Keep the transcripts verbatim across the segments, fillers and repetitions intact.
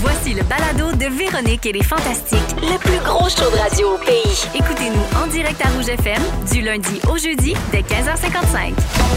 Voici le balado de Véronique et les Fantastiques, le plus gros show de radio au pays. Écoutez-nous en direct à Rouge F M, du lundi au jeudi, dès quinze heures cinquante-cinq.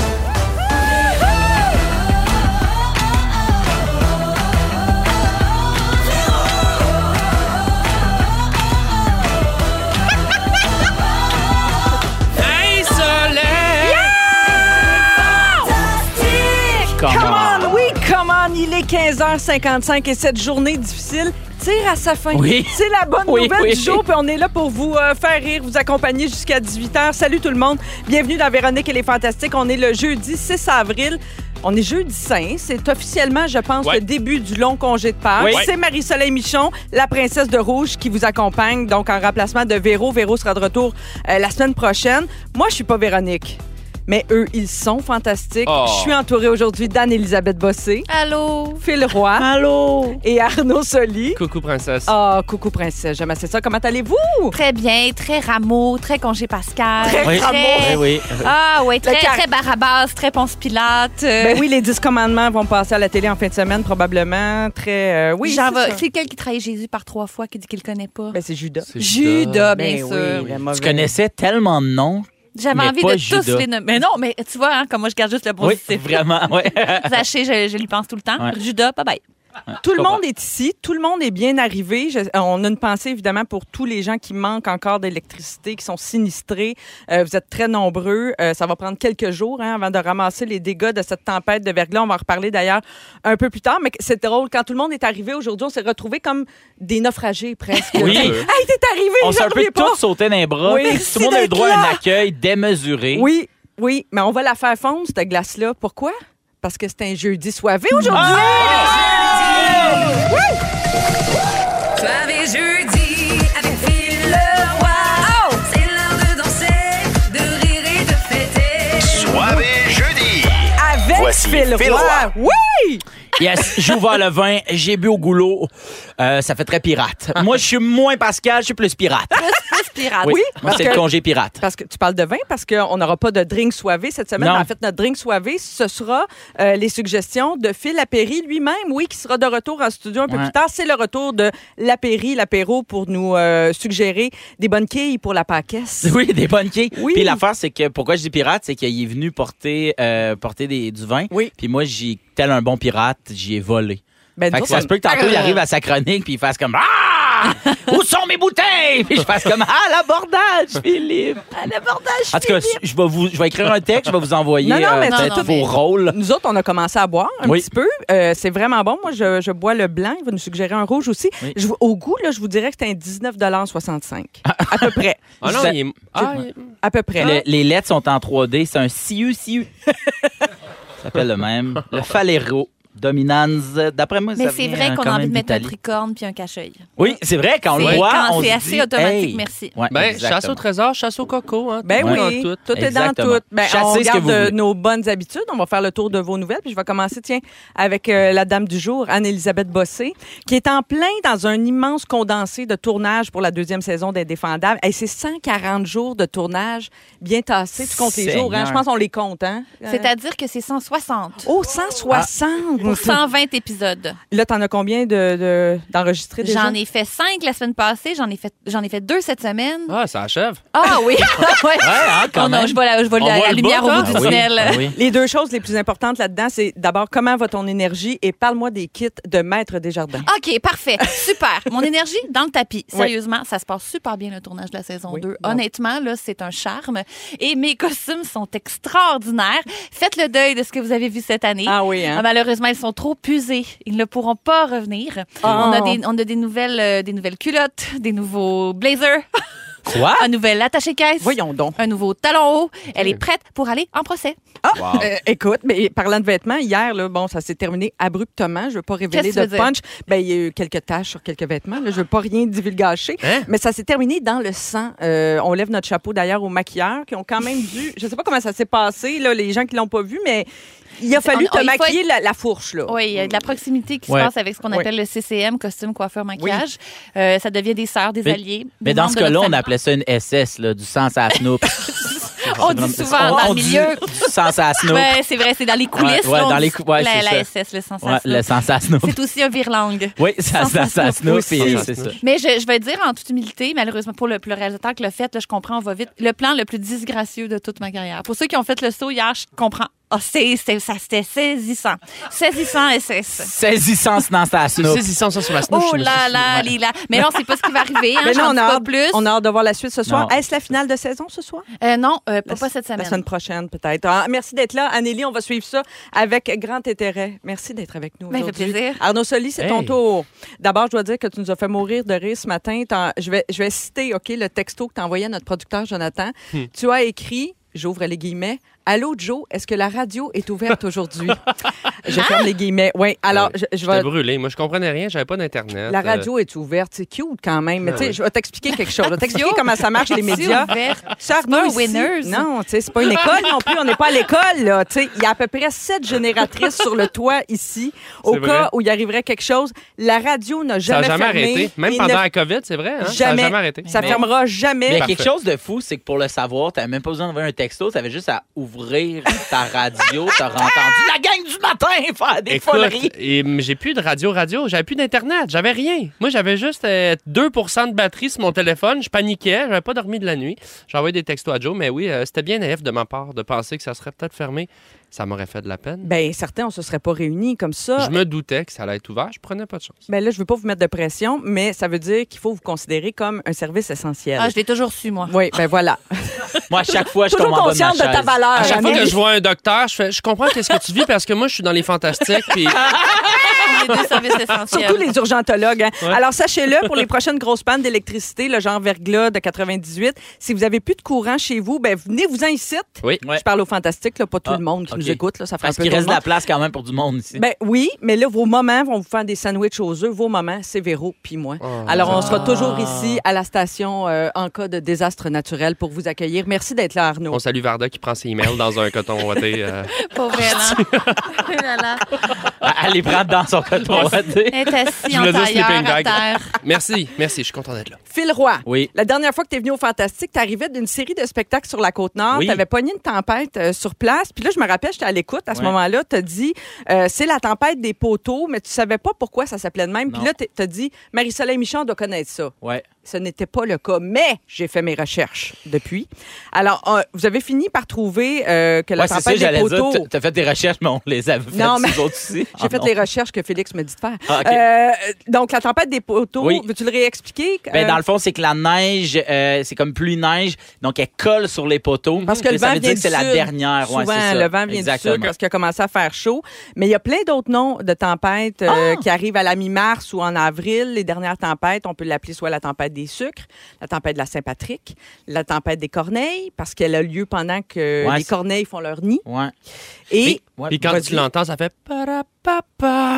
Come on, oui, come on, il est quinze heures cinquante-cinq et cette journée difficile tire à sa fin. Oui. C'est la bonne oui, nouvelle oui. du jour, puis on est là pour vous euh, faire rire, vous accompagner jusqu'à dix-huit heures. Salut tout le monde, bienvenue dans Véronique et les Fantastiques. On est le jeudi six avril. On est jeudi saint. C'est officiellement, je pense, ouais. le début du long congé de Pâques. Oui. C'est Marie-Soleil Michon, la princesse de Rouge, qui vous accompagne, donc en remplacement de Véro. Véro sera de retour euh, la semaine prochaine. Moi, je suis pas Véronique. Mais eux, ils sont fantastiques. Oh. Je suis entourée aujourd'hui d'Anne-Élisabeth Bossé. Allô? Phil Roy. Allô? Et Arnaud Soli. Coucou, princesse. Ah, oh, coucou, princesse. J'aime assez ça. Comment allez-vous? Très bien, très rameau, très congé Pascal. Très Oui. rameau. Oui, oui. Ah oui, très, car- très Barabbas, très Ponce Pilate. euh, Ben oui, les dix commandements vont passer à la télé en fin de semaine, probablement. Très. euh, oui, J'en c'est vais- ça. C'est quel qui trahit Jésus par trois fois, qui dit qu'il le connaît pas? Ben, c'est Judas. C'est Judas, bien Ben sûr. oui, le mauvais. Tu connaissais tellement de noms. J'avais mais envie pas de tous Judas. les nommer. Mais non, mais tu vois, hein, comme moi, je garde juste le Oui, positif. vraiment, ouais. Zaché, je, je lui pense tout le temps. Ouais. Judas, bye bye. Tout le Je comprends. monde est ici, tout le monde est bien arrivé. Je- on a une pensée évidemment pour tous les gens qui manquent encore d'électricité, qui sont sinistrés. Euh, vous êtes très nombreux. Euh, ça va prendre quelques jours hein, avant de ramasser les dégâts de cette tempête de verglas. On va en reparler d'ailleurs un peu plus tard. Mais c'est drôle, quand tout le monde est arrivé aujourd'hui, on s'est retrouvés comme des naufragés presque. Oui. Hey, t'es arrivé, On s'est j'en un peu reviens pas. tous sauté dans les bras. Oui, Tout le monde a eu droit à un accueil démesuré. Oui, oui, mais on va la faire fondre, cette glace-là. Pourquoi? Parce que c'est un jeudi soivé aujourd'hui. Soirée jeudi avec Phil Leroy. C'est l'heure de danser, de rire et de fêter. Soirée jeudi. Avec Voici Phil Phil Roy. Roy. Oui! Yes, j'ai ouvert le vin, j'ai bu au goulot. Euh, ça fait très pirate. Moi, je suis moins Pascal, je suis plus pirate. Plus pirate. Oui, Oui, moi, parce c'est que- le congé pirate. Parce que tu parles de vin, parce qu'on n'aura pas de drink soivé cette semaine. Non. En fait, notre drink soivé, ce sera euh, les suggestions de Phil Lapéry lui-même, oui, qui sera de retour en studio un peu Ouais. plus tard. C'est le retour de Lapéry, l'apéro, pour nous euh, suggérer des bonnes quilles pour la Pâquesse. Oui, des bonnes quilles. Oui. Puis l'affaire, c'est que pourquoi je dis pirate, c'est qu'il est venu porter, euh, porter des, du vin. Oui. Puis moi, j'ai, tel un bon pirate, j'y ai volé. Ben, Fait nous que ça autres, se peut que tantôt, il arrive à sa chronique puis il fasse comme Ah! Où sont mes bouteilles? Puis je fasse comme Ah, l'abordage, Philippe! À l'abordage, En tout cas, je vais, vous, je vais écrire un texte, je vais vous envoyer Non, non, mais euh, c'est peut-être tout- vos rôles. Nous autres, on a commencé à boire un Oui. petit peu. Euh, c'est vraiment bon. Moi, je, je bois le blanc. Il va nous suggérer un rouge aussi. Oui. Je- au goût, là, je vous dirais que c'est un dix-neuf soixante-cinq. À peu près. Ah non, Ça- il est... Ah, il- À peu près. Le- les lettres sont en trois D, c'est un C U C U. Ça s'appelle le même. Le Falero. Dominance. D'après moi, Mais ça c'est vient vrai qu'on quand a envie même de mettre un d'Italie. tricorne puis un cache-œil. Oui, c'est vrai, quand on le C'est- voit, quand on c'est se assez dit, automatique, hey. merci. Ouais, Ben, exactement. chasse au trésor, chasse au coco. Hein. Ben Ouais. oui, Dans tout, tout. est dans Exactement. tout. Ben, Chassez on ce que regarde vous de voulez. nos bonnes habitudes. On va faire le tour de vos nouvelles. Puis je vais commencer, tiens, avec euh, la dame du jour, Anne-Élisabeth Bossé, qui est en plein dans un immense condensé de tournage pour la deuxième saison d'Indéfendable. Hey, c'est cent quarante jours de tournage bien tassés. Tu comptes les Seigneur. jours, hein? Je pense qu'on les compte, hein? C'est-à-dire que c'est cent soixante. Oh, cent soixante! Pour cent vingt épisodes. Là, t'en as combien de, de- d'enregistrés déjà? J'en ai fait cinq la semaine passée, j'en ai fait j'en ai fait deux cette semaine. Ah, ça achève. Ah oui. ouais. Ouais, hein, quand Oh non, même. je vois la, je vois On la, voit la le lumière bout, au hein? bout du Ah oui, tunnel. ah oui. Les deux choses les plus importantes là-dedans, c'est d'abord comment va ton énergie et parle-moi des kits de Maître Desjardins. OK, parfait. Super. Mon énergie dans le tapis. Oui. Sérieusement, ça se passe super bien le tournage de la saison Oui. deux. Bon. Honnêtement, là, c'est un charme. Et mes costumes sont extraordinaires. Faites le deuil de ce que vous avez vu cette année. Ah oui, hein? Ah, malheureusement, ils sont trop usés. Ils ne pourront pas revenir. Ah. On a des, on a des nouvelles, euh, des nouvelles culottes, des nouveaux blazers, Quoi? un nouvel attaché-caisse, Voyons donc. un nouveau talon haut. Elle est prête pour aller en procès. Ah, Wow. euh, écoute, mais parlant de vêtements, hier, là, bon, ça s'est terminé abruptement. Je veux pas révéler Qu'est-ce que de tu veux punch. Ben, il y a eu quelques taches sur quelques vêtements. Là, je veux pas rien divulgacher. Hein? Mais ça s'est terminé dans le sang. Euh, on lève notre chapeau d'ailleurs aux maquilleurs qui ont quand même dû. Je sais pas comment ça s'est passé, là, les gens qui l'ont pas vu, mais il a fallu On- te on- il faut maquiller la, la fourche, là. Oui, il y a de la proximité qui Ouais. se passe avec ce qu'on Oui. appelle le C C M, costume, coiffeur, maquillage. Euh, ça devient des sœurs, des Mais- alliés. Mais des dans membres ce de cas-là, notre on famille. appelait ça une S S, là, du sang à la Snoop. On dit souvent dans on le dit milieu. Sensation. Ouais, c'est vrai, c'est dans les coulisses. Ouais, ouais, là, on dans les dit cou- ouais, la, c'est la ça. S S, le sensation. Ouais, le sensation. C'est aussi un vire-langue. Oui, ça, ça, ça, Sensation. puis c'est ça. Mais je, je vais dire en toute humilité, malheureusement pour le, pour le réalisateur qui l'a fait, là, je comprends, on va vite. Le plan le plus disgracieux de toute ma carrière. Pour ceux qui ont fait le saut hier, je comprends. Ah, c'est, c'est, ça, c'était saisissant. Saisissant S S. Saisissant sensation. Saisissant ça sur la snooze. Oh là là, Lila. Mais non, c'est pas ce qui va arriver. Hein, Mais j'en non, on dis a, pas hâte, plus. on a hâte de voir la suite ce soir. Non. Est-ce la finale de saison ce soir? Euh, non, euh, pas, La- pas cette La semaine. semaine prochaine, peut-être. Ah, merci d'être là. Anneli, on va suivre ça avec grand intérêt. Merci d'être avec nous Ben, ça fait aujourd'hui. plaisir. Arnaud Soli, c'est ton Hey. tour. D'abord, je dois dire que tu nous as fait mourir de rire ce matin. T'en- Je vais, je vais citer ok, le texto que tu as envoyé à notre producteur Jonathan. Tu as écrit, j'ouvre les guillemets, « Allô, Joe, est-ce que la radio est ouverte aujourd'hui? » Je ferme les guillemets. Oui, alors, je, je J'étais vais... brûlé. Moi, je comprenais rien. J'avais pas d'Internet. La Euh, radio est ouverte, c'est cute quand même. Mais Ah tu sais, oui. je vais t'expliquer quelque chose. Je vais t'expliquer comment ça marche les médias. ouverte. Ça, C'est pas Arnaud, un ici- Winners. Non, tu sais, c'est pas une école non plus. On n'est pas à l'école, là. Tu sais, il y a à peu près sept génératrices sur le toit ici. Au C'est cas vrai. où il arriverait quelque chose, la radio n'a Ça jamais n'a jamais fermé. arrêté. Même et pendant ne- la COVID, c'est vrai. Hein? Ça n'a Jamais. jamais arrêté. Ça Mais- fermera jamais. Mais il y a Parfait. quelque chose de fou, c'est que pour le savoir, t'avais même pas besoin d'envoyer un texto, t'avais juste à ouvrir ta radio, t'aurais entendu la gang du matin faire des foleries. Écoute, et, m- j'ai plus de radio-radio. J'avais plus d'Internet. J'avais rien. Moi, j'avais juste euh, deux pour cent de batterie sur mon téléphone. Je paniquais. J'avais pas dormi de la nuit. J'ai envoyé des textos à Joe, mais oui, euh, c'était bien naïf de ma part de penser que ça serait peut-être fermé. Ça m'aurait fait de la peine. Ben, certains, on se serait pas réunis comme ça. Je me doutais que ça allait être ouvert. Je prenais pas de chance. Ben là, je veux pas vous mettre de pression, mais ça veut dire qu'il faut vous considérer comme un service essentiel. Ah, je l'ai toujours su, moi. Oui, ben voilà. Moi, à chaque fois, je Toujours tombe en bas de ma consciente de ta chaise. valeur. À chaque fois Anneli. que je vois un docteur, je fais, je comprends qu'est-ce que tu vis parce que moi, je suis dans les fantastiques. Puis Les deux services essentiels. Surtout les urgentologues. hein. Ouais. Alors, sachez-le, pour les prochaines grosses pannes d'électricité, le genre verglas de quatre-vingt-dix-huit, si vous avez plus de courant chez vous, ben venez-vous-en ici. oui. Ouais. Je parle au fantastique, là, pas tout Ah, le monde qui ok. nous écoute. Là, ça fait Parce un peu qu'il trop reste de de la monde. place quand même pour du monde ici. Ben oui, mais là, vos moments vont vous faire des sandwichs aux œufs. Vos moments, c'est Véro puis moi. Oh. Alors, on sera toujours ici à la station euh, en cas de désastre naturel pour vous accueillir. Merci d'être là, Arnaud. On salue Varda qui prend ses emails dans un coton ouaté. euh. Pauvre elle, hein? Oh là là. Elle les prend dans son coton. Elle est assise Je en voulais dire tailleur sleeping à bag. terre. Merci, merci, je suis content d'être là. Phil Roy. Oui. La dernière fois que tu es venu au Fantastique, tu arrivais d'une série de spectacles sur la Côte-Nord. Oui. Tu avais pogné une tempête euh, sur place. Puis là, je me rappelle, j'étais à l'écoute à ce Ouais. moment-là. Tu as dit, euh, c'est la tempête des poteaux, mais tu savais pas pourquoi ça s'appelait de même. Puis Non. là, tu as dit, Marie-Soleil Michon doit connaître ça. Ouais. Ce n'était pas le cas, mais j'ai fait mes recherches depuis. Alors, euh, vous avez fini par trouver euh, que la Ouais, c'est ça, tempête des j'allais poteaux... dire. T'as fait des recherches, mais on les avait faites, Non, mais- nous autres aussi. J'ai Ah, fait non. les recherches que Félix me dit de faire. Ah, OK. Euh, donc, la tempête des poteaux, Oui. veux-tu le réexpliquer? Ben, Euh, dans le fond, c'est que la neige, euh, c'est comme pluie neige, donc elle colle sur les poteaux. Parce que le Et ça vent veut vient dire que c'est du la sud. dernière. Ouais, Souvent, c'est ça. le vent vient Exactement. du sud parce qu'il a commencé à faire chaud. Mais il y a plein d'autres noms de tempêtes euh, Ah! qui arrivent à la mi-mars ou en avril. Les dernières tempêtes, on peut l'appeler soit la tempête des sucres, la tempête de la Saint-Patrick, la tempête des corneilles, parce qu'elle a lieu pendant que Ouais, les c'est- corneilles font leur nid. Ouais. Et Ouais. Puis quand vas-y. tu l'entends, ça fait parapapa.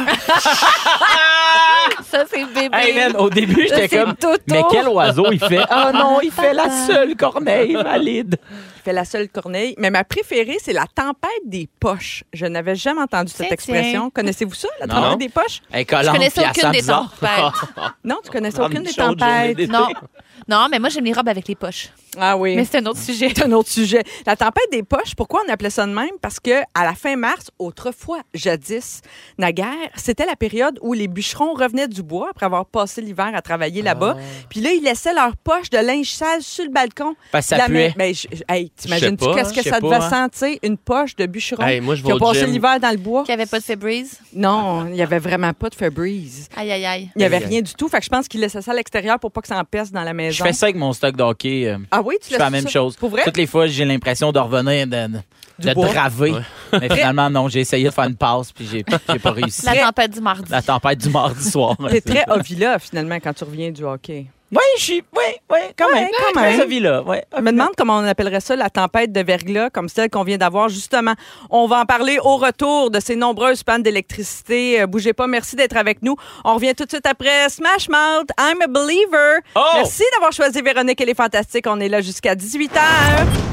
Ça, c'est bébé. Hey man, au début, Ça, j'étais c'est comme, Toto. mais quel oiseau il fait? Ah non, il fait la seule corneille valide. il fait la seule corneille. Mais ma préférée, c'est la tempête des poches. Je n'avais jamais entendu cette Tiens, expression. tiens. Connaissez-vous ça, la Non. tempête des poches? Elle est Je collante, connaissais puis elle aucune sent des bizarre. tempêtes. Non, tu connaissais Prendre aucune une des chaude journée tempêtes? d'été. Non. Non, mais moi, j'aime les robes avec les poches. Ah oui. Mais c'est un autre sujet. C'est un autre sujet. La tempête des poches, pourquoi on appelait ça de même? Parce que à la fin mars, autrefois, jadis, naguère, c'était la période où les bûcherons revenaient du bois après avoir passé l'hiver à travailler là-bas. Puis là, ils laissaient leurs poches de linge sale sur le balcon. Parce que ça La puait. main- Ben, je- je- hey, t'imagines-tu Je sais pas, qu'est-ce que je sais ça pas, devait hein. sentir, une poche de bûcheron Hey, moi, je qui vais a au passé gym. l'hiver dans le bois? Qu'il n'y avait pas de Febreze. Non, il n'y avait vraiment pas de Febreze. Aïe, aïe, aïe. Il n'y avait Aïe, aïe. rien du tout. Fait que je pense qu'ils laissaient ça à l'extérieur pour pas que ça empeste dans la Je maison. fais ça avec mon stock de hockey. euh, Ah oui, tu Je fais la même ça? chose. Pour vrai? Toutes les fois, j'ai l'impression de revenir, de, de, Du de bois. draver. Mais finalement, non, j'ai essayé de faire une passe, puis j'ai, j'ai pas réussi. La tempête du mardi. La tempête du mardi soir. T'es très ovila, finalement, quand tu reviens du hockey. Oui, je suis. Oui, oui, quand Ouais, même. quand même. Très vie-là. Ouais. Je me demande comment on appellerait ça, la tempête de verglas, comme celle qu'on vient d'avoir, justement. On va en parler au retour de ces nombreuses pannes d'électricité. Euh, bougez pas, merci d'être avec nous. On revient tout de suite après Smash Mouth, I'm a Believer. Oh! Merci d'avoir choisi Véronique et les Fantastiques. On est là jusqu'à dix-huit heures. Vous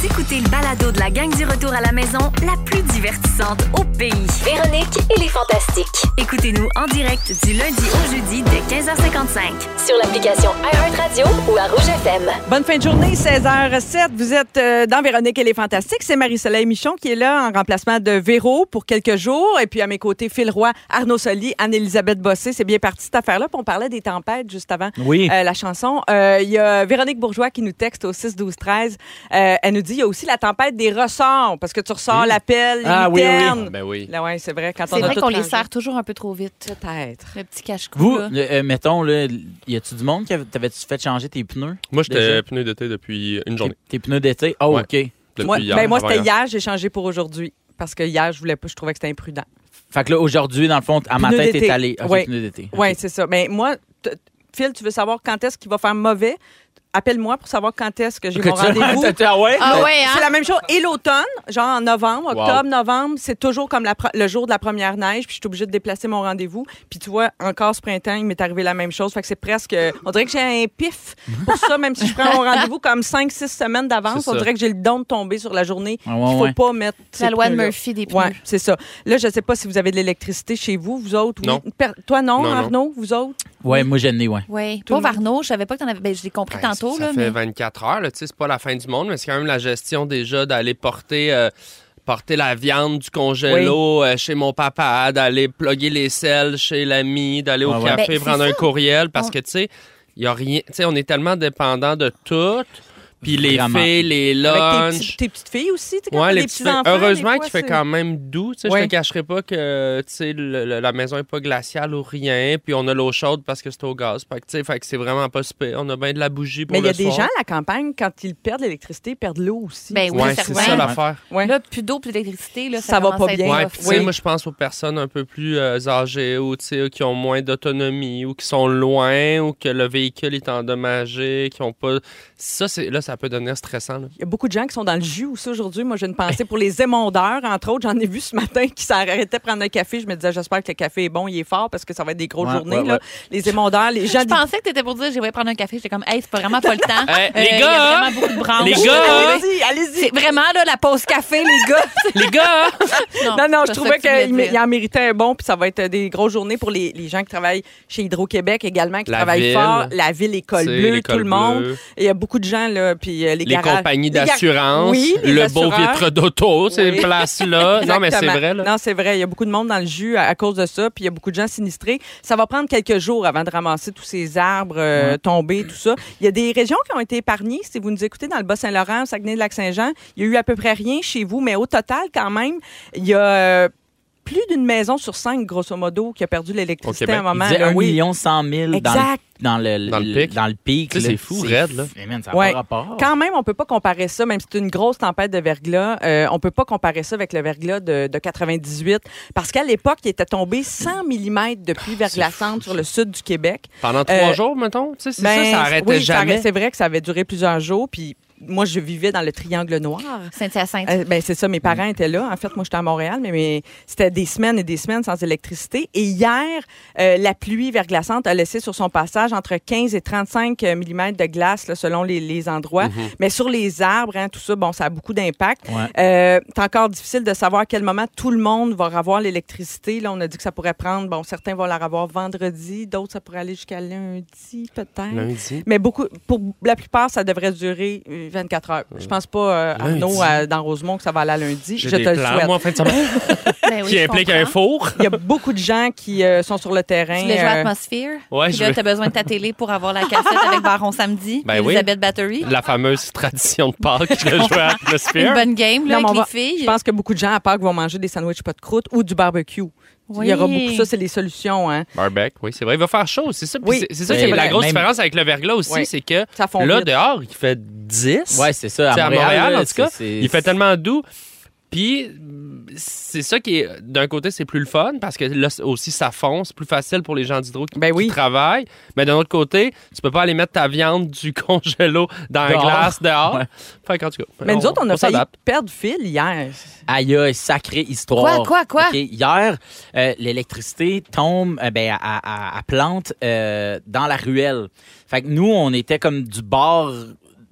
Vous écoutez le balado de la gang du retour à la maison, la plus divertissante au pays. Véronique et les Fantastiques. Écoutez-nous en direct du lundi au jeudi dès quinze heures cinquante-cinq. Sur l'application iHeartRadio ou à Rouge F M. Bonne fin de journée, seize heures sept. Vous êtes euh, dans Véronique et les Fantastiques. C'est Marie-Soleil Michon qui est là en remplacement de Véro pour quelques jours. Et puis à mes côtés, Phil Roy, Arnaud Soli, Anne-Élisabeth Bossé. C'est bien parti cette affaire-là. Puis on parlait des tempêtes juste avant Oui. euh, la chanson. Il euh, y a Véronique Bourgeois qui nous texte au six douze treize. Euh, elle nous dit il y a aussi la tempête des ressorts parce que tu ressors Mmh. l'appel, les Ah, oui, oui, oui. mitaines. Ben oui. Là, ouais, c'est vrai. Quand C'est on a vrai tout qu'on les rangé. sert toujours un peu trop vite. Peut-être. Le petit cache-cou. Vous, là. euh, mettons, là, y a-tu du monde qui avait- t'avais-tu fait changer tes pneus? Moi, j'étais Déjà? pneu d'été depuis une journée. Tes, tes pneus d'été? Oh, Ouais. OK. Depuis Moi, hier, ben, moi avant c'était hier. hier, j'ai changé pour aujourd'hui. Parce que hier, je voulais pas, je trouvais que c'était imprudent. Fait que là, aujourd'hui, dans le fond, à ma Pneus tête, d'été. t'es allé. OK, Ouais. pneus d'été. Oui, OK. c'est ça. Mais moi, t- Phil, tu veux savoir quand est-ce qu'il va faire mauvais? Appelle-moi pour savoir quand est-ce que j'ai Que mon tu- rendez-vous. Ah ouais? Ah ouais, C'est hein? la même chose. Et l'automne, genre en novembre, Wow. octobre, novembre, c'est toujours comme la pro- le jour de la première neige, puis je suis obligée de déplacer mon rendez-vous. Puis tu vois, encore ce printemps, il m'est arrivé la même chose. Fait que c'est presque... On dirait que j'ai un pif pour ça, même si je prends mon rendez-vous comme cinq six semaines d'avance. C'est On ça. dirait que j'ai le don de tomber sur la journée. Ah ouais, Il faut ouais. pas mettre... ces La loi de pneus-là. Murphy des pneus. Oui, c'est ça. Là, je sais pas si vous avez de l'électricité chez vous, vous autres. Oui. Non. Per- Toi, non, Non, non. Arnaud, vous autres? Ouais, moi, j'en ai, ouais. Oui. Tout le Pauvre monde. Arnaud, je savais pas que t'en avais. Ben, je l'ai compris Ben, tantôt, ça là. fait Mais... vingt-quatre heures, là, tu sais, c'est pas la fin du monde, mais c'est quand même la gestion déjà d'aller porter, euh, porter la viande du congélo euh, chez mon papa, d'aller plugger les selles chez l'ami, d'aller Ouais, au ouais. café Ben, c'est prendre un ça. courriel parce On- que, tu sais, il y a rien. Tu sais, on est tellement dépendant de tout. Puis les Vraiment. filles, les Avec tes, lunchs. petits- tes petites filles aussi, tu sais, quand Ouais, t'as les des petits petits enfants. Heureusement qu'il fait c'est... quand même doux. Tu sais, Ouais. Je te cacherai pas que tu sais, le- le- la maison est pas glaciale ou rien. Puis on a l'eau chaude parce que c'est au gaz. Fait que, tu sais, fait que c'est vraiment pas super. On a bien de la bougie pour Mais il y le a des soir. gens à la campagne, quand ils perdent l'électricité, ils perdent l'eau aussi. Ben oui, Ouais, c'est certain. ça l'affaire. Ouais. Là, plus d'eau, plus d'électricité, là, Ça va commence pas à être bien. Ouais, rough. puis tu sais, Oui. moi, je pense aux personnes un peu plus euh, âgées ou tu sais, qui ont moins d'autonomie ou qui sont loin ou que le véhicule est endommagé, qui ont pas. Ça, c'est là, ça peut devenir stressant. Là. Il y a beaucoup de gens qui sont dans le jus aussi aujourd'hui. Moi, j'ai une pensée pour les émondeurs, entre autres. J'en ai vu ce matin qui s'arrêtaient de prendre un café. Je me disais, j'espère que le café est bon, il est fort parce que ça va être des grosses Ouais, journées. ouais, là. ouais. Les émondeurs, les gens... Je pensais que t'étais pour dire, j'aimerais prendre un café. J'étais comme, hey, c'est pas vraiment pas le temps. Hey, Euh, les il y gars! a vraiment beaucoup de branches. Les gars! Allez-y, allez-y. C'est vraiment, là, la pause café, les gars. Les gars! Non, non, je c'est trouvais ça que tu voulais qu'il dire. en méritait un bon, puis ça va être des grosses journées pour les, les gens qui travaillent chez Hydro-Québec également, qui La travaillent ville. fort. La ville, l'école Tu sais, bleue, l'école tout le monde. bleue. Et il y a beaucoup de gens, là, puis euh, les, Les garages- compagnies les gar- d'assurance, Oui, les le beau assureurs. vitre d'auto, ces Oui. places-là. Non, mais c'est Exactement. vrai. Là. Non, c'est vrai. Il y a beaucoup de monde dans le jus à, à cause de ça, puis il y a beaucoup de gens sinistrés. Ça va prendre quelques jours avant de ramasser tous ces arbres euh, Ouais. tombés, tout ça. Il y a des régions qui ont été épargnées. Si vous nous écoutez dans le Bas-Saint-Laurent, au Saguenay-Lac-Saint-Jean, il y a eu à peu près rien chez vous, mais au total, quand même, il y a euh, plus d'une maison sur cinq, grosso modo, qui a perdu l'électricité Au Québec. à un moment. Il disait là, un oui. million cent mille dans, Exact. le- dans, le, Dans le pic. Dans le pic. Tu sais, là. c'est fou, raide, là. Eh, man, ça n'a Ouais. pas rapport. Quand même, on peut pas comparer ça, même si c'est une grosse tempête de verglas, euh, on peut pas comparer ça avec le verglas de, de quatre-vingt-dix-huit, parce qu'à l'époque, il était tombé cent millimètres de pluie verglaçante sur le sud du Québec. Pendant trois Euh, jours, mettons. Tu sais, c'est Ben, ça, ça arrêtait oui, ça jamais. arrête- c'est vrai que ça avait duré plusieurs jours, puis moi, je vivais dans le Triangle Noir. Saint-Hyacinthe. Euh, ben, c'est ça, mes parents étaient là. En fait, moi, j'étais à Montréal, mais, mais c'était des semaines et des semaines sans électricité. Et hier, euh, la pluie verglaçante a laissé sur son passage entre quinze et trente-cinq millimètres de glace, là, selon les, les endroits. Mais sur les arbres, hein, tout ça, bon, ça a beaucoup d'impact. Ouais. Euh, c'est encore difficile de savoir à quel moment tout le monde va avoir l'électricité. Là, on a dit que ça pourrait prendre, bon, certains vont la avoir vendredi, d'autres, ça pourrait aller jusqu'à lundi, peut-être. Lundi. Mais beaucoup, pour la plupart, ça devrait durer euh, vingt-quatre heures. Je pense pas, euh, Lundi. Arnaud, à- dans Rosemont, que ça va aller à lundi. J'ai Je des te le plans, souhaite. moi, en fin de semaine, Ben oui, qui je implique comprends. un four. Il y a beaucoup de gens qui euh, sont sur le terrain. Tu voulais jouer à euh, Atmosphere? Ouais, Puis je là, veux- t'as besoin de ta télé pour avoir la cassette avec Baron Samedi. Ben oui. Elisabeth Battery. La fameuse tradition de Pâques de jouer à Une Atmosphere. bonne game, là, Non, mais on avec va- les filles. Je pense que beaucoup de gens, à Pâques, vont manger des sandwichs pas de croûte ou du barbecue. Oui. Il y aura beaucoup ça, c'est les solutions. Hein. Barbecue, oui, c'est vrai. Il va faire chaud, c'est ça. Puis Oui, c'est, c'est ça c'est qui est la vrai. grosse Même- différence avec le verglas aussi, Oui. c'est que Ça fond là, vite. dehors, il fait dix. Ouais, c'est ça. À Tu sais, à Montréal, Montréal, là, en tout cas, c'est- c'est- il fait tellement doux. Puis, c'est ça qui est, d'un côté, c'est plus le fun parce que là aussi, ça fond. C'est plus facile pour les gens d'Hydro qui, Ben oui. qui travaillent. Mais d'un autre côté, tu peux pas aller mettre ta viande du congélo dans la Dehors. glace dehors. Ouais. Fait qu'en tout cas, Mais nous autres, on a failli s'adapte. perdre fil hier. Aïe, aïe, sacrée histoire. Quoi, quoi, quoi? OK, hier, euh, l'électricité tombe, euh, ben, à, à, à plante euh, dans la ruelle. Fait que nous, on était comme du bord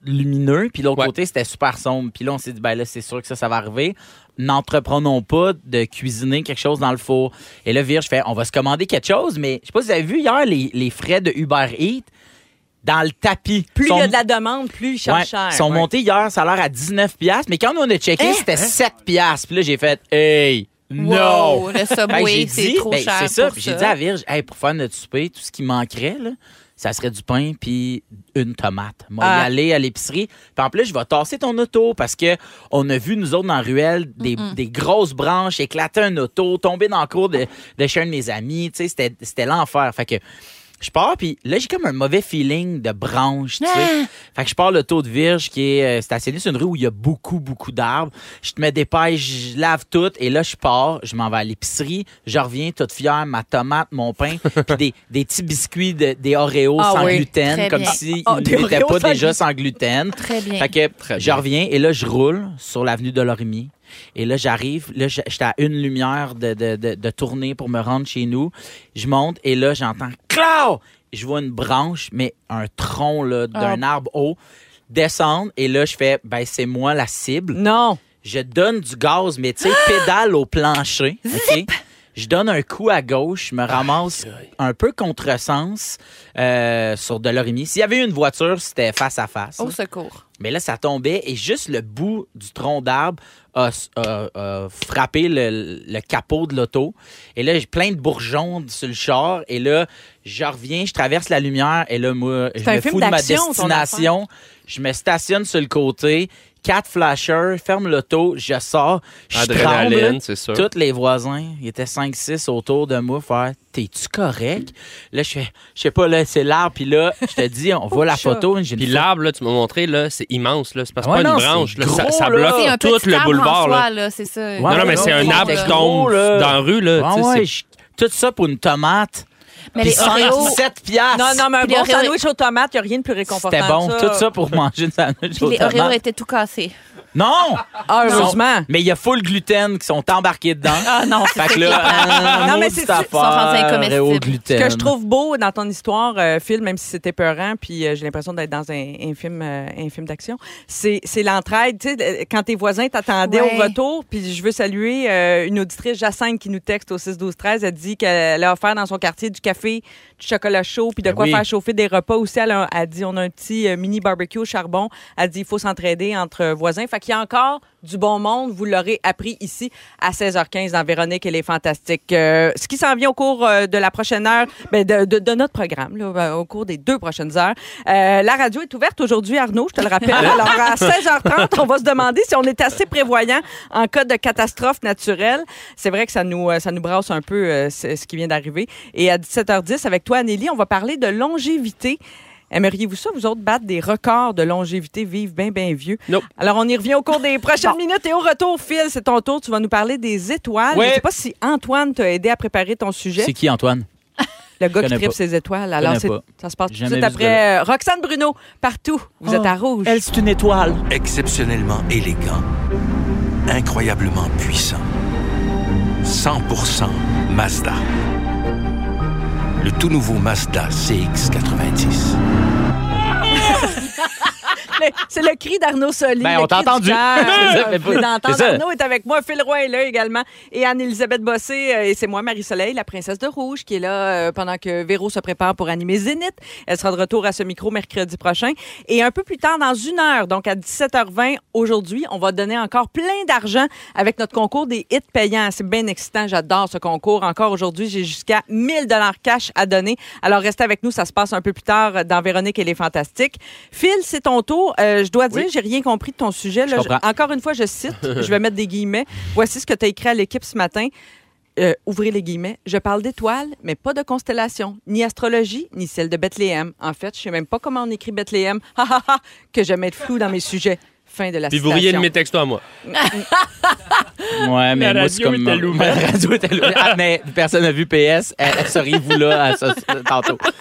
lumineux, puis l'autre Ouais. côté, c'était super sombre. Puis là, on s'est dit, ben là, c'est sûr que ça, ça va arriver. N'entreprenons pas de cuisiner quelque chose dans le four. Et là, Virge fait, on va se commander quelque chose, mais je sais pas si vous avez vu hier les, les frais de Uber Eats dans le tapis. Plus il Sont- y a de la demande, plus ils chargent Ouais, cher. Ils sont ouais. montés hier, ça a l'air à dix-neuf piastres, mais quand nous, on a checké, Hein? c'était sept piastres. Puis là, j'ai fait, hey, Wow, no! le Fait que Subway, j'ai c'est dit, trop ben, cher c'est ça. pour Puis j'ai ça. dit à Virge, hey, pour faire notre souper, tout ce qui manquerait, là, ça serait du pain puis une tomate. Moi, Ah. y aller à l'épicerie. Puis en plus, je vais tasser ton auto parce que on a vu, nous autres, dans la ruelle, des, des grosses branches éclater un auto, tomber dans le cours de, de chez un de mes amis. Tu sais, c'était, c'était l'enfer. Fait que je pars, puis là, j'ai comme un mauvais feeling de branche, tu sais. Ah. Fait que je pars l'auto de Virge qui est euh, stationné sur une rue où il y a beaucoup, beaucoup d'arbres. Je te mets des pailles, je lave tout, et là, je pars, je m'en vais à l'épicerie, je reviens toute fière, ma tomate, mon pain, puis des, des petits biscuits, de, des Oreos Ah sans oui. gluten, Très comme bien. s'ils Ah, des n'étaient Oreos pas sans déjà gluten. sans gluten. Très bien. Fait que Très je bien. reviens, et là, je roule sur l'avenue de Lorimier. Et là, j'arrive, là, j'- j'étais à une lumière de, de, de, de tourner pour me rendre chez nous. Je monte, et là, j'entends « Clau! » Je vois une branche, mais un tronc là, d'un arbre haut, descendre. Et là, je fais, ben, c'est moi la cible. Non. Je donne du gaz, mais tu sais, pédale au plancher. OK? Je donne un coup à gauche, je me ramasse un peu contresens euh, sur de l'orimier. S'il y avait eu une voiture, c'était face à face. Au là. secours. Mais là, ça tombait et juste le bout du tronc d'arbre a, a- a frappé le, le capot de l'auto. Et là, j'ai plein de bourgeons sur le char. Et là, je reviens, je traverse la lumière. Et là, moi, je un me film fous de ma d'action, ton destination. Je me stationne sur le côté. Quatre flashers, ferme l'auto, je sors, je Adrénaline, tremble. c'est sûr. Tous les voisins, il était cinq six autour de moi, faire « T'es-tu correct? » Là, je fais, je sais pas, là, c'est l'arbre. Puis là, je te dis, on voit la photo. J'ai une Puis photo. l'arbre, là, tu m'as montré, là, c'est immense. Là. C'est parce que Ouais, pas non, une branche. c'est Là. Ça, gros, ça là. bloque C'est un tout petit le arbre boulevard. en Là. soi, là, c'est ça. Ouais, non, non, mais non, c'est un non, arbre c'était qui tombe gros, là. dans la rue. Là. Ah Tu sais, ouais, c'est- je- tout ça pour une tomate. Mais Puis les Oreos, sept piastres. Non, non, mais un Puis bon les Oreos- sandwich aux tomates, il n'y a rien de plus réconfortant. C'était bon. que ça. Tout ça pour manger une sandwich puis aux les Oreos tomates. étaient tout cassés. Non! Ah, Ils sont- heureusement. Mais il y a full gluten qui sont embarqués dedans. Ah non, c'est Fait que ça là, qui est ah, Non, mais maudite c'est- affaire, ils sont rendus incomestibles. Oreo gluten. Ce que je trouve beau dans ton histoire, euh, Phil, même si c'était peurant, puis euh, j'ai l'impression d'être dans un, un film, euh, un film d'action, c'est, c'est l'entraide. Tu sais, euh, quand tes voisins t'attendaient Ouais. au retour, puis je veux saluer euh, une auditrice, Jacinthe, qui nous texte au six douze treize. Elle dit qu'elle a offert dans son quartier du café, du chocolat chaud, puis de Ben quoi oui. faire chauffer des repas aussi. Elle a, elle dit on a un petit euh, mini barbecue au charbon. Elle dit il faut s'entraider entre voisins. Fait qu'il y a encore du bon monde. Vous l'aurez appris ici à seize heures quinze dans Véronique et les Fantastiques. Euh, ce qui s'en vient au cours euh, de la prochaine heure, ben de, de, de notre programme, là, ben, au cours des deux prochaines heures. Euh, la radio est ouverte aujourd'hui, Arnaud, je te le rappelle. Alors, à seize heures trente, on va se demander si on est assez prévoyant en cas de catastrophe naturelle. C'est vrai que ça nous, euh, ça nous brasse un peu euh, ce ce qui vient d'arriver. Et à dix-sept heures dix, avec toi, Anneli, on va parler de longévité. Aimeriez-vous ça, vous autres, battre des records de longévité, vivre bien, bien vieux? Nope. Alors, on y revient au cours des prochaines minutes. Et au retour, Phil, c'est ton tour. Tu vas nous parler des étoiles. Ouais. Je ne sais pas si Antoine t'a aidé à préparer ton sujet. C'est qui, Antoine? Le gars qui connais tripe pas. ses étoiles. Alors, connais c'est- pas. ça se passe tout de Jamais suite vu ce après euh, Roxane Bruno. Partout, vous Oh. êtes à rouge. Elle, c'est une étoile. Exceptionnellement élégant, incroyablement puissant. cent pour cent Mazda. Le tout nouveau Mazda C X quatre-vingt-dix. Le- C'est le cri d'Arnaud Soli. Ben, le on t'a cri du entendu. cœur. C'est ça, mais Vous pouvez pas- l'entendre. c'est ça. Arnaud est avec moi, Phil Roy est là également, et Anne-Élisabeth Bossé, euh, et c'est moi, Marie-Soleil, la princesse de Rouge, qui est là euh, pendant que Véro se prépare pour animer Zénith. Elle sera de retour à ce micro mercredi prochain. Et un peu plus tard, dans une heure, donc à dix-sept heures vingt, aujourd'hui, on va donner encore plein d'argent avec notre concours des hits payants. C'est bien excitant, j'adore ce concours. Encore aujourd'hui, j'ai jusqu'à mille dollars cash à donner. Alors, restez avec nous, ça se passe un peu plus tard dans Véronique et les Fantastiques. Phil, c'est ton tour. Euh, je dois dire, j'ai rien compris de ton sujet. Là. Je comprends. Je- encore une fois, je cite, je vais mettre des guillemets. Voici ce que tu as écrit à l'équipe ce matin. Euh, ouvrez les guillemets. Je parle d'étoiles, mais pas de constellations, ni astrologie, ni celle de Bethléem. En fait, je sais même pas comment on écrit Bethléem. Ha ha ha! Que j'aime être flou dans mes sujets. Fin de la Puis vous citation. riez de mes textos à moi. Ouais, mais La moi, c'est radio comme. était ouverte. La radio était ouverte. Ah, mais personne n'a vu P S. Elle, elle seriez-vous là à ça, tantôt.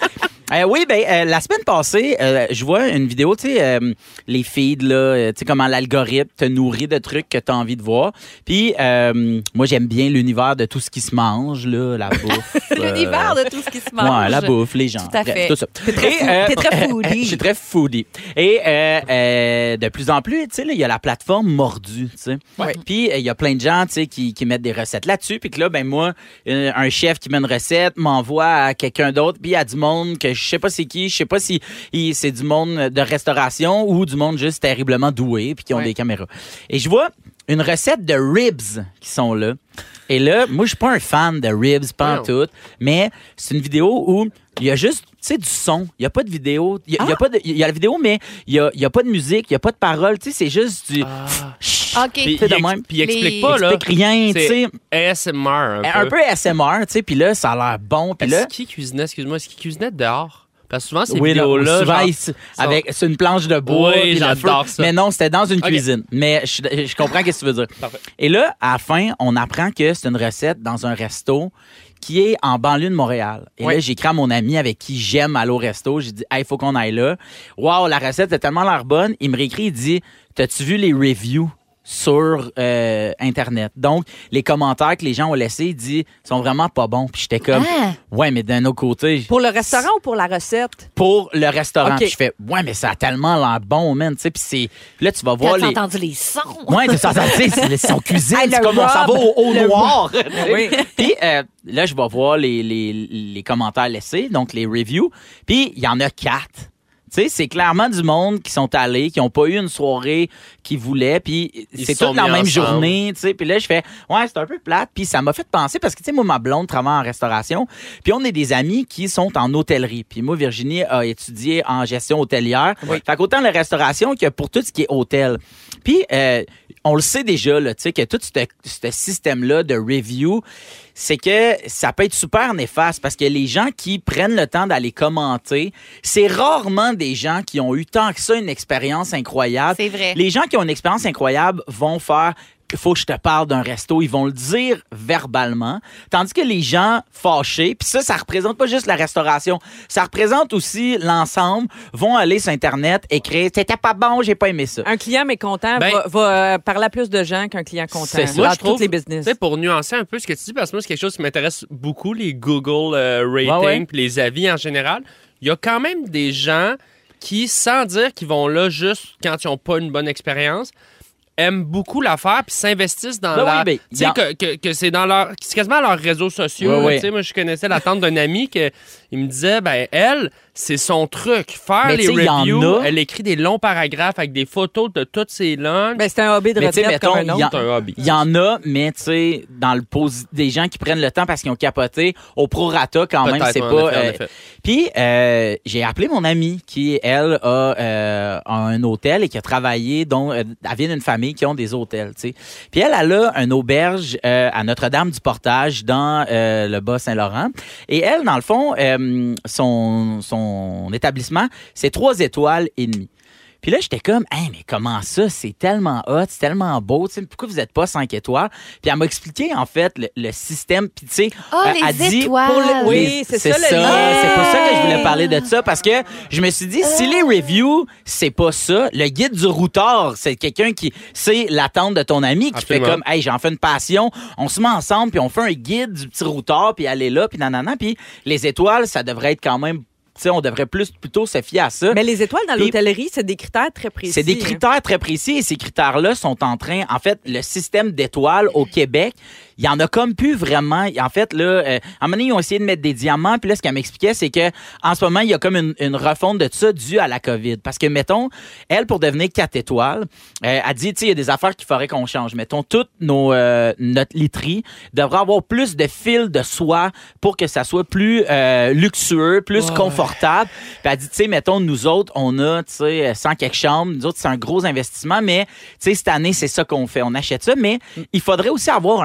Euh, oui, ben euh, la semaine passée, euh, je vois une vidéo, tu sais, euh, les feeds, là, euh, tu sais, comment l'algorithme te nourrit de trucs que tu as envie de voir. Puis, euh, moi, j'aime bien l'univers de tout ce qui se mange, là, la bouffe. L'univers euh, de tout ce qui se mange. Ouais, la bouffe, les gens. Tout à bref, fait. tout ça. T'es très, fou- euh, t'es très foodie. Je suis très foodie. Et euh, euh, de plus en plus, tu sais, là, il y a la plateforme Mordu, tu sais. Ouais. Puis, il y a plein de gens, tu sais, qui, qui mettent des recettes là-dessus. Puis que là, ben moi, euh, un chef qui met une recette m'envoie à quelqu'un d'autre. Puis, il y a du monde que je sais pas c'est qui. Je sais pas si il- c'est du monde de restauration ou du monde juste terriblement doué puis qui ont Ouais. des caméras. Et je vois une recette de ribs qui sont là. Et là, moi, je suis pas un fan de ribs, pas en Non. tout, mais c'est une vidéo où il y a juste, tu sais, du son. Il y a pas de vidéo. Il y a, il y a pas de, il y a la vidéo, mais il y a, il y a pas de musique, il y a pas de parole. Tu sais, c'est juste du... Chut. OK. Puis, Tu sais, de il, ex- même. puis il explique Les- pas, là. Il explique rien, tu C'est sais. A S M R un peu. Un peu A S M R, tu sais, puis là, ça a l'air bon. Puis là, Est-ce qu'il cuisinait, excuse-moi, est-ce qu'il cuisinait dehors? Parce que souvent, ces oui, non, vidéos-là, souvent, genre, il- avec sur une planche de bois. Oui, puis le j'adore feu. ça. Mais non, c'était dans une Ok. cuisine. Mais je, je comprends ce que tu veux dire. Parfait. Et là, à la fin, on apprend que c'est une recette dans un resto qui est en banlieue de Montréal. Et Oui. là, j'écris à mon ami avec qui j'aime aller au resto. J'ai dit, hey, il faut qu'on aille là. Wow, la recette a tellement l'air bonne. Il me réécrit, il dit, t'as-tu vu les reviews sur euh, Internet? Donc, les commentaires que les gens ont laissés, il dit, sont vraiment pas bons. Puis j'étais comme, Ah. ouais, mais d'un autre côté, Pour le restaurant ou pour la recette? pour le restaurant. OK. Puis je fais, ouais, mais ça a tellement l'air bon, man. Tu sais, puis c'est, là, tu vas voir T'as les. entendu les sons? Ouais, tu sais, c'est c'est son cuisine, Hey, le c'est comme on s'en va au, au rub, le noir. Oui. Puis euh, là, je vais voir les, les, les commentaires laissés, donc les reviews. Puis il y en a quatre. Tu sais, c'est clairement du monde qui sont allés, qui n'ont pas eu une soirée qu'ils voulaient, puis Ils c'est se sont toute la mis même ensemble. journée, tu sais. Puis là, je fais, ouais, c'est un peu plate, puis ça m'a fait penser, parce que, tu sais, moi, ma blonde travaille en restauration, puis on est des amis qui sont en hôtellerie. Puis moi, Virginie a étudié en gestion hôtelière. Fait qu'autant la restauration que pour tout ce qui est hôtel. Puis, euh, on le sait déjà, là, tu sais, que tout ce, ce système-là de review, c'est que ça peut être super néfaste parce que les gens qui prennent le temps d'aller commenter, c'est rarement des gens qui ont eu tant que ça une expérience incroyable. C'est vrai. Les gens qui ont une expérience incroyable vont faire il faut que je te parle d'un resto, ils vont le dire verbalement, tandis que les gens fâchés, puis ça, ça représente pas juste la restauration, ça représente aussi l'ensemble, vont aller sur Internet, écrire « C'était pas bon, j'ai pas aimé ça ». Un client mécontent Ben- va, va, euh, parler à plus de gens qu'un client content. C'est ça. Dans Moi, je tous trouve, les business. Tu sais, pour nuancer un peu ce que tu dis, parce que moi, c'est quelque chose qui m'intéresse beaucoup, les Google euh, ratings, Ouais, ouais. puis les avis en général. Il y a quand même des gens qui, sans dire qu'ils vont là juste quand ils n'ont pas une bonne expérience, aiment beaucoup l'affaire puis s'investissent dans Ben oui, la... ben, tu sais, y en- que, que, que c'est dans leur... C'est quasiment leurs réseaux sociaux. Ouais, là, ouais. tu sais, moi, je connaissais la tante d'un ami que il me disait, ben elle, c'est son truc. Faire Mais les tu sais, y en reviews, a- elle écrit des longs paragraphes avec des photos de toutes ses lunchs. Ben, c'est un hobby de Mais tu sais, retraite mettons, comme un il y autre. en- C'est un hobby. Il y en a, mais tu sais, dans le posi- des gens qui prennent le temps parce qu'ils ont capoté au prorata quand même, Peut-être, c'est ouais, en pas. effet, en euh, effet. Puis euh, j'ai appelé mon amie qui elle a euh, un hôtel et qui a travaillé, dont euh, elle vient d'une famille qui ont des hôtels, tu sais. Puis elle, elle a une auberge euh, à Notre-Dame du Portage dans euh, le Bas-Saint-Laurent. Et elle, dans le fond, euh, son son établissement, c'est trois étoiles et demie. Puis là, j'étais comme, hey, mais comment ça? C'est tellement hot, c'est tellement beau. Tu sais, pourquoi vous n'êtes pas cinq étoiles? Puis elle m'a expliqué, en fait, le, le système. Puis tu sais, Ah, euh, les elle dit, étoiles. pour le- Oui, les- c'est c'est ça, le ça. lien. C'est pour ça que je voulais parler de ça. Parce que je me suis dit, si les reviews, c'est pas ça, le guide du routard, c'est quelqu'un qui, c'est l'attente de ton ami qui Absolument. fait comme, hey, j'en fais une passion, on se met ensemble, puis on fait un guide du petit routard, puis aller là, puis nanana. Puis les étoiles, ça devrait être quand même, tu sais, on devrait plus plutôt se fier à ça. Mais les étoiles dans Puis- l'hôtellerie, c'est des critères très précis. C'est des hein. critères très précis et ces critères-là sont en train, en fait, le système d'étoiles au Québec, il y en a comme plus vraiment. En fait, là, euh, à un moment donné, ils ont essayé de mettre des diamants. Puis là, ce qu'elle m'expliquait, c'est que en ce moment, il y a comme une, une refonte de ça due à la COVID. Parce que, mettons, elle, pour devenir quatre étoiles, euh, elle dit, tu sais, il y a des affaires qu'il faudrait qu'on change. Mettons, toute nos, euh, notre literie devrait avoir plus de fils de soie pour que ça soit plus euh, luxueux, plus confortable. Puis elle dit, tu sais, mettons, nous autres, on a, tu sais, cent quelques chambres. Nous autres, c'est un gros investissement, mais, tu sais, cette année, c'est ça qu'on fait. On achète ça, mais il faudrait aussi avoir un chasseur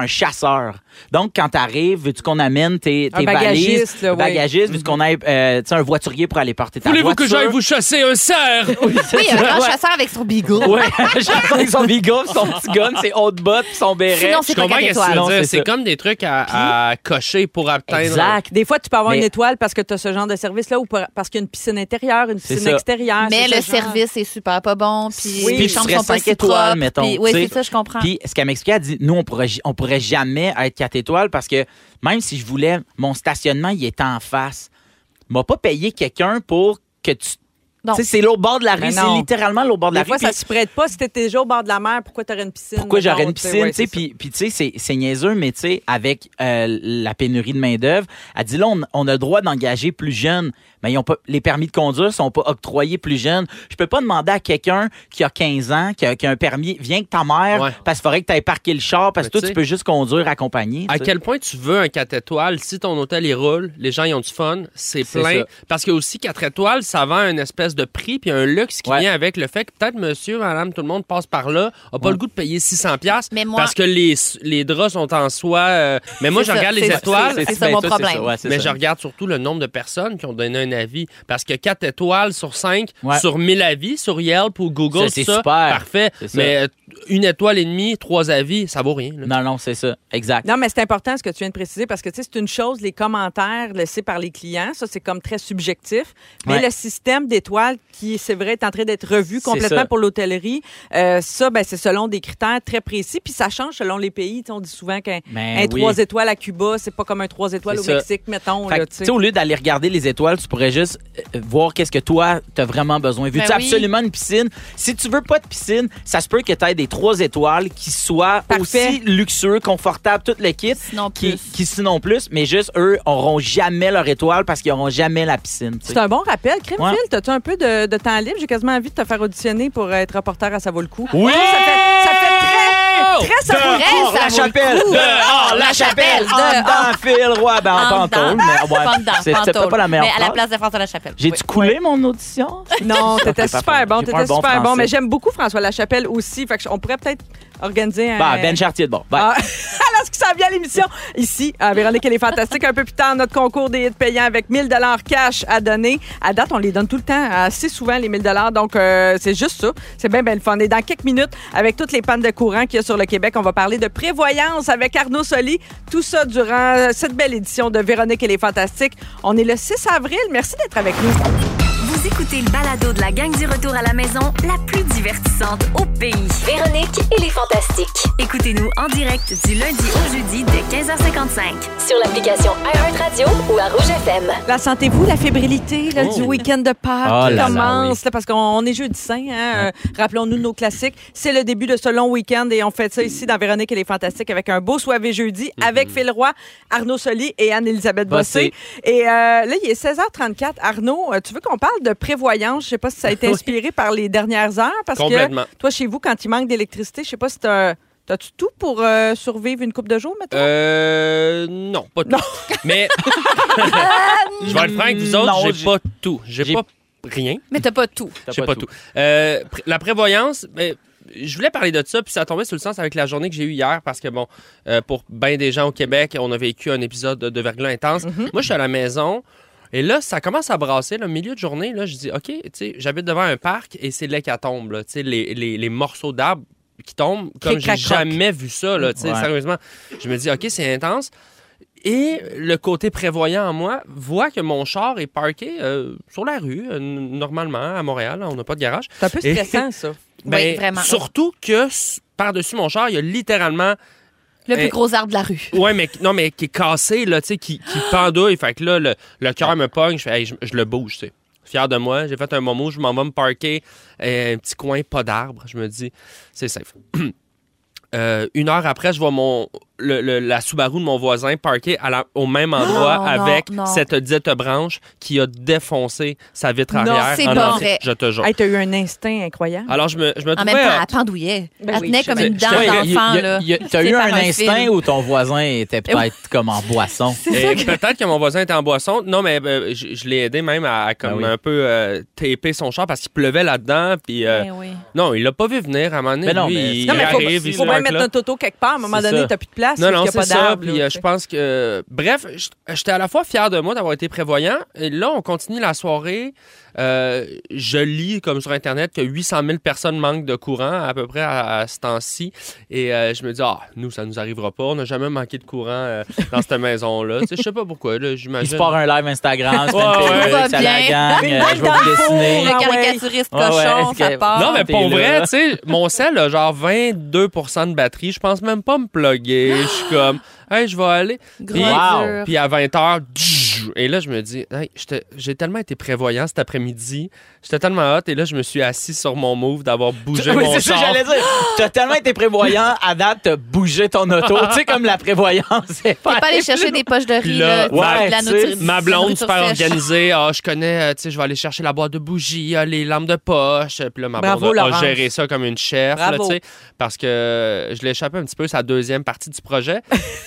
passeur. Donc, quand t'arrives, veux-tu qu'on amène tes, tes Un bagagiste, valises, là, oui. bagagiste, veux-tu qu'on aille, euh, tu sais, un voiturier pour aller porter ta Voulez-vous voiture? que j'aille vous chasser un cerf? Oui, c'est Oui, ça, un grand ouais. chasseur avec son bigot. Ouais, chasseur avec son bigot, son petit gun, ses hautes bottes, puis son béret. Sinon, c'est Je pas comprends quatre ce que tu veux étoiles. Non, dire. c'est C'est ça. comme des trucs à, à cocher pour atteindre. Exact. Des fois, tu peux avoir Mais- une étoile parce que tu as ce genre de service-là ou pour- parce qu'il y a une piscine intérieure, une C'est piscine ça. extérieure. Mais c'est le ce genre. service est super pas bon, puis Oui. les Puis chambres tu sont serais pas cinq si étoiles, propres, mettons, puis- Oui, tu sais. c'est ça, je comprends. Puis ce qu'elle m'expliquait, elle dit, nous, on pourrait, on pourrait jamais être quatre étoiles parce que même si je voulais, mon stationnement, il est en face. M'a pas payé quelqu'un pour que tu... Non. Tu sais, c'est l'autre bord de la rue. Mais C'est non. littéralement l'autre bord de la Des rue. fois, ça Puis se prête pas. Si t'étais déjà au bord de la mer, pourquoi t'aurais une piscine? pourquoi j'aurais mettons, une tu sais, piscine, ouais, tu sais, c'est puis, puis tu sais, c'est, c'est niaiseux, mais tu sais, avec euh, la pénurie de main-d'œuvre, elle dit là, on, on a le droit d'engager plus jeunes, mais ils ont pas, les permis de conduire sont pas octroyés plus jeunes. Je peux pas demander à quelqu'un qui a quinze ans, qui a, qui a un permis, viens que ta mère, Ouais. parce qu'il faudrait que tu ailles parquer le char, parce Mais que toi, tu sais- tu peux juste conduire accompagné. À tu sais. quel point tu veux un quatre étoiles, si ton hôtel il roule, les gens ils ont du fun, c'est C'est plein. ça. Parce que aussi quatre étoiles, ça vend une espèce de prix puis un luxe qui Ouais. vient avec le fait que peut-être monsieur, madame, tout le monde passe par là, a pas Ouais. le goût de payer six cents pièces Mais moi- parce que les, les draps sont en soi. euh, mais moi, je C'est ça, regarde les c'est- étoiles. c'est- ça, ben, mon toi, problème. ça, ouais, c'est Mais ça. je regarde surtout le nombre de personnes qui ont donné un avis. Parce que quatre étoiles sur cinq, Ouais. sur mille avis, sur Yelp ou Google, Ça, c'est tout ça, super. parfait. C'est ça. Mais euh, une étoile et demie, trois avis, ça vaut rien. là. Non, non, c'est ça. Exact. Non, mais c'est important ce que tu viens de préciser parce que tu sais, c'est une chose, les commentaires laissés par les clients, ça, c'est comme très subjectif. Mais Ouais. le système d'étoiles qui, c'est vrai, est en train d'être revu C'est complètement ça. pour l'hôtellerie, euh, ça, ben, c'est selon des critères très précis. Puis ça change selon les pays. Tu sais, on dit souvent qu'un Ben un oui. trois étoiles à Cuba, c'est pas comme un trois étoiles C'est au ça. Mexique, mettons. Fait Là, que, tu tu sais. sais, au lieu d'aller regarder les étoiles, tu pourrais juste euh, voir qu'est-ce que toi, t'as vraiment besoin. Veux-tu Ben oui. absolument une piscine? Si tu veux pas de piscine, ça se peut que tu aies des trois étoiles qui soient Parfait. aussi luxueux, confortables, tout le kit. Sinon Qui, plus. qui sinon plus, mais juste eux auront jamais leur étoile parce qu'ils auront jamais la piscine. tu sais. C'est un bon rappel. Crème Ouais. Phil, t'as-tu un peu de, de temps libre? J'ai quasiment envie de te faire auditionner pour être reporter à Ça vaut le coup. Oui! Ça fait, ça fait très, très Ça vaut le coup. Dehors la ça vaut le chapelle! coup. Dehors la chapelle! En dedans, Phil Roy, ben en En pantoule, dedans. mais ouais, Pas dedans, c'est- c'était pantoule. pas la meilleure Mais à la phrase. place de François Lachapelle. J'ai-tu coulé mon audition? Non, t'étais Ok, super parfait. bon, J'ai pas t'étais un bon super bon. français. Mais j'aime beaucoup François Lachapelle aussi. Fait que on pourrait peut-être organiser un. Bah, Ben Chartier de bon. Bye. Ah, alors, ce qui s'en vient à l'émission, ici, à Véronique, elle est fantastique. Un peu plus tard, notre concours des hits payants avec mille dollars cash à donner. À date, on les donne tout le temps, assez souvent, les mille dollars. Donc, euh, c'est juste ça. C'est bien, bien le fun. Et dans quelques minutes, avec toutes les pannes de courant qu'il y a sur le Québec, on va parler de prévoyance avec Arnaud Soli. Tout ça durant cette belle édition de Véronique, elle est fantastique. On est le six avril. Merci d'être avec nous. Vous écoutez le balado de la gang du retour à la maison, la plus divertissante au pays. Véronique et les Fantastiques. Écoutez-nous en direct du lundi au jeudi dès quinze heures cinquante-cinq sur l'application iHeartRadio ou à Rouge F M. La sentez-vous, la fébrilité là, Oh. du week-end de Pâques Oh qui là là, commence, oui. là, parce qu'on on est jeudi saint. Hein, euh, rappelons-nous de nos classiques. C'est le début de ce long week-end et on fait ça ici dans Véronique et les Fantastiques avec un beau soirée jeudi avec Phil Roy, Arnaud Soli et Anne-Élisabeth Bossé. Bossé. Et euh, là, il est seize heures trente-quatre. Arnaud, euh, tu veux qu'on parle de prévoyance? Je sais pas si ça a été Oui. inspiré par les dernières heures parce Complètement. que toi, chez vous, quand il manque d'électricité, je sais pas si t'as... T'as-tu tout pour euh, survivre une couple de jours, mettons? Euh. Non, pas tout. Mais. Je vais être franc avec vous autres, Non, j'ai j'ai- pas tout. J'ai j'ai- pas rien. Mais t'as pas tout. T'as J'ai pas tout. Euh, pr- la prévoyance, ben, je voulais parler de ça, puis ça tombait sur le sens avec la journée que j'ai eue hier, parce que, bon, euh, pour bien des gens au Québec, on a vécu un épisode de, de verglas intense. Moi, je suis à la maison, et là, ça commence à brasser. Le milieu de journée, là, je dis, OK, tu sais, j'habite devant un parc, et c'est l'hécatombe, là, tu sais, les, les, les morceaux d'arbres qui tombent, comme Cric, j'ai crac, croc. jamais vu ça, là, tu sais, Ouais. sérieusement. Je me dis, OK, c'est intense. Et le côté prévoyant en moi voit que mon char est parké euh, sur la rue, euh, normalement, à Montréal. On n'a pas de garage. C'est un peu Et- stressant, ça. Ben, Oui, vraiment. Surtout que s- par-dessus mon char, il y a littéralement. Le plus Eh, gros arbre de la rue. Ouais, mais non, mais qui est cassé, là, tu sais, qui, qui pendouille. Fait que là, le, le cœur me pogne. Je fais, hey, je, je le bouge, tu sais. Fier de moi. J'ai fait un moment où je m'en vais me parker euh, un petit coin, pas d'arbre. Je me dis, c'est safe. Euh, une heure après, je vois mon, le, le- la Subaru de mon voisin parkée à la- au même endroit Non, avec non, non. cette dite branche qui a défoncé sa vitre Non, arrière. c'est en pas entrée. vrai. Je te jure. Hey, t'as eu un instinct incroyable. Alors, je me, je me En trouvais... même temps, euh, elle pendouillait. Ben Elle oui, tenait je comme sais. une Je dent te- d'enfant, Y a- là. y a- T'as C'est eu par un instinct fil. où ton voisin était peut-être comme en boisson. Et peut-être que mon voisin était en boisson. Non, mais euh, je, je l'ai aidé même à, à comme Ben oui. un peu euh, taper son char parce qu'il pleuvait là-dedans. Puis euh, Ben oui. non, il l'a pas vu venir à un moment donné. Mais non, lui, mais il, Non, mais il faut, arrive, il faut se bien parque mettre là. un toto quelque part. À un moment C'est donné, ça. t'as plus de place Non, où non, il n'y a c'est pas ça. d'arbres. Puis là, euh, tu je sais. pense que... euh, bref, j- j'étais à la fois fier de moi d'avoir été prévoyant. Et là, on continue la soirée. Euh, je lis, comme sur Internet, que huit cent mille personnes manquent de courant à peu près à, à ce temps-ci. Et euh, je me dis, ah, nous, ça nous arrivera pas. On n'a jamais manqué de courant euh, dans cette maison-là. Tu sais, je sais pas pourquoi. Là, Il j'imagine... se part un live Instagram, c'est Ouais, une ouais. perruque, Va ça la bien. gang, Une euh, balle je vais dans vous le four. dessiner. Le Ah ouais. caricaturiste Ouais, ouais, cochon, est-ce ça que- part. Non, mais t'es pour là. vrai, tu sais, mon sel a genre vingt-deux pour cent de batterie. Je pense même pas me plugger. Je suis comme, hey, je vais aller. Puis, Wow. dur. puis à vingt heures, et là, je me dis, hey, j'étais- j'ai tellement été prévoyant cet après-midi. J'étais tellement hot. Et là, je me suis assis sur mon move d'avoir bougé Oui, mon c'est ça que char. j'allais dire. T'as tellement été prévoyant, à date, t'as bougé ton auto. Tu sais, comme la prévoyance, c'est T'es pas allé chercher des poches de riz, Puis là, là, ouais, de la tu sais, nourriture- Ma de la blonde nourriture super fraîche. organisée. Ah, je connais, euh, tu sais, je vais aller chercher la boîte de bougies, ah, les lampes de poche. Puis là, ma Bravo, blonde a, a Laurence. géré ça comme une chef, là, Bravo. tu sais, parce que je l'ai échappé un petit peu, sa deuxième partie du projet.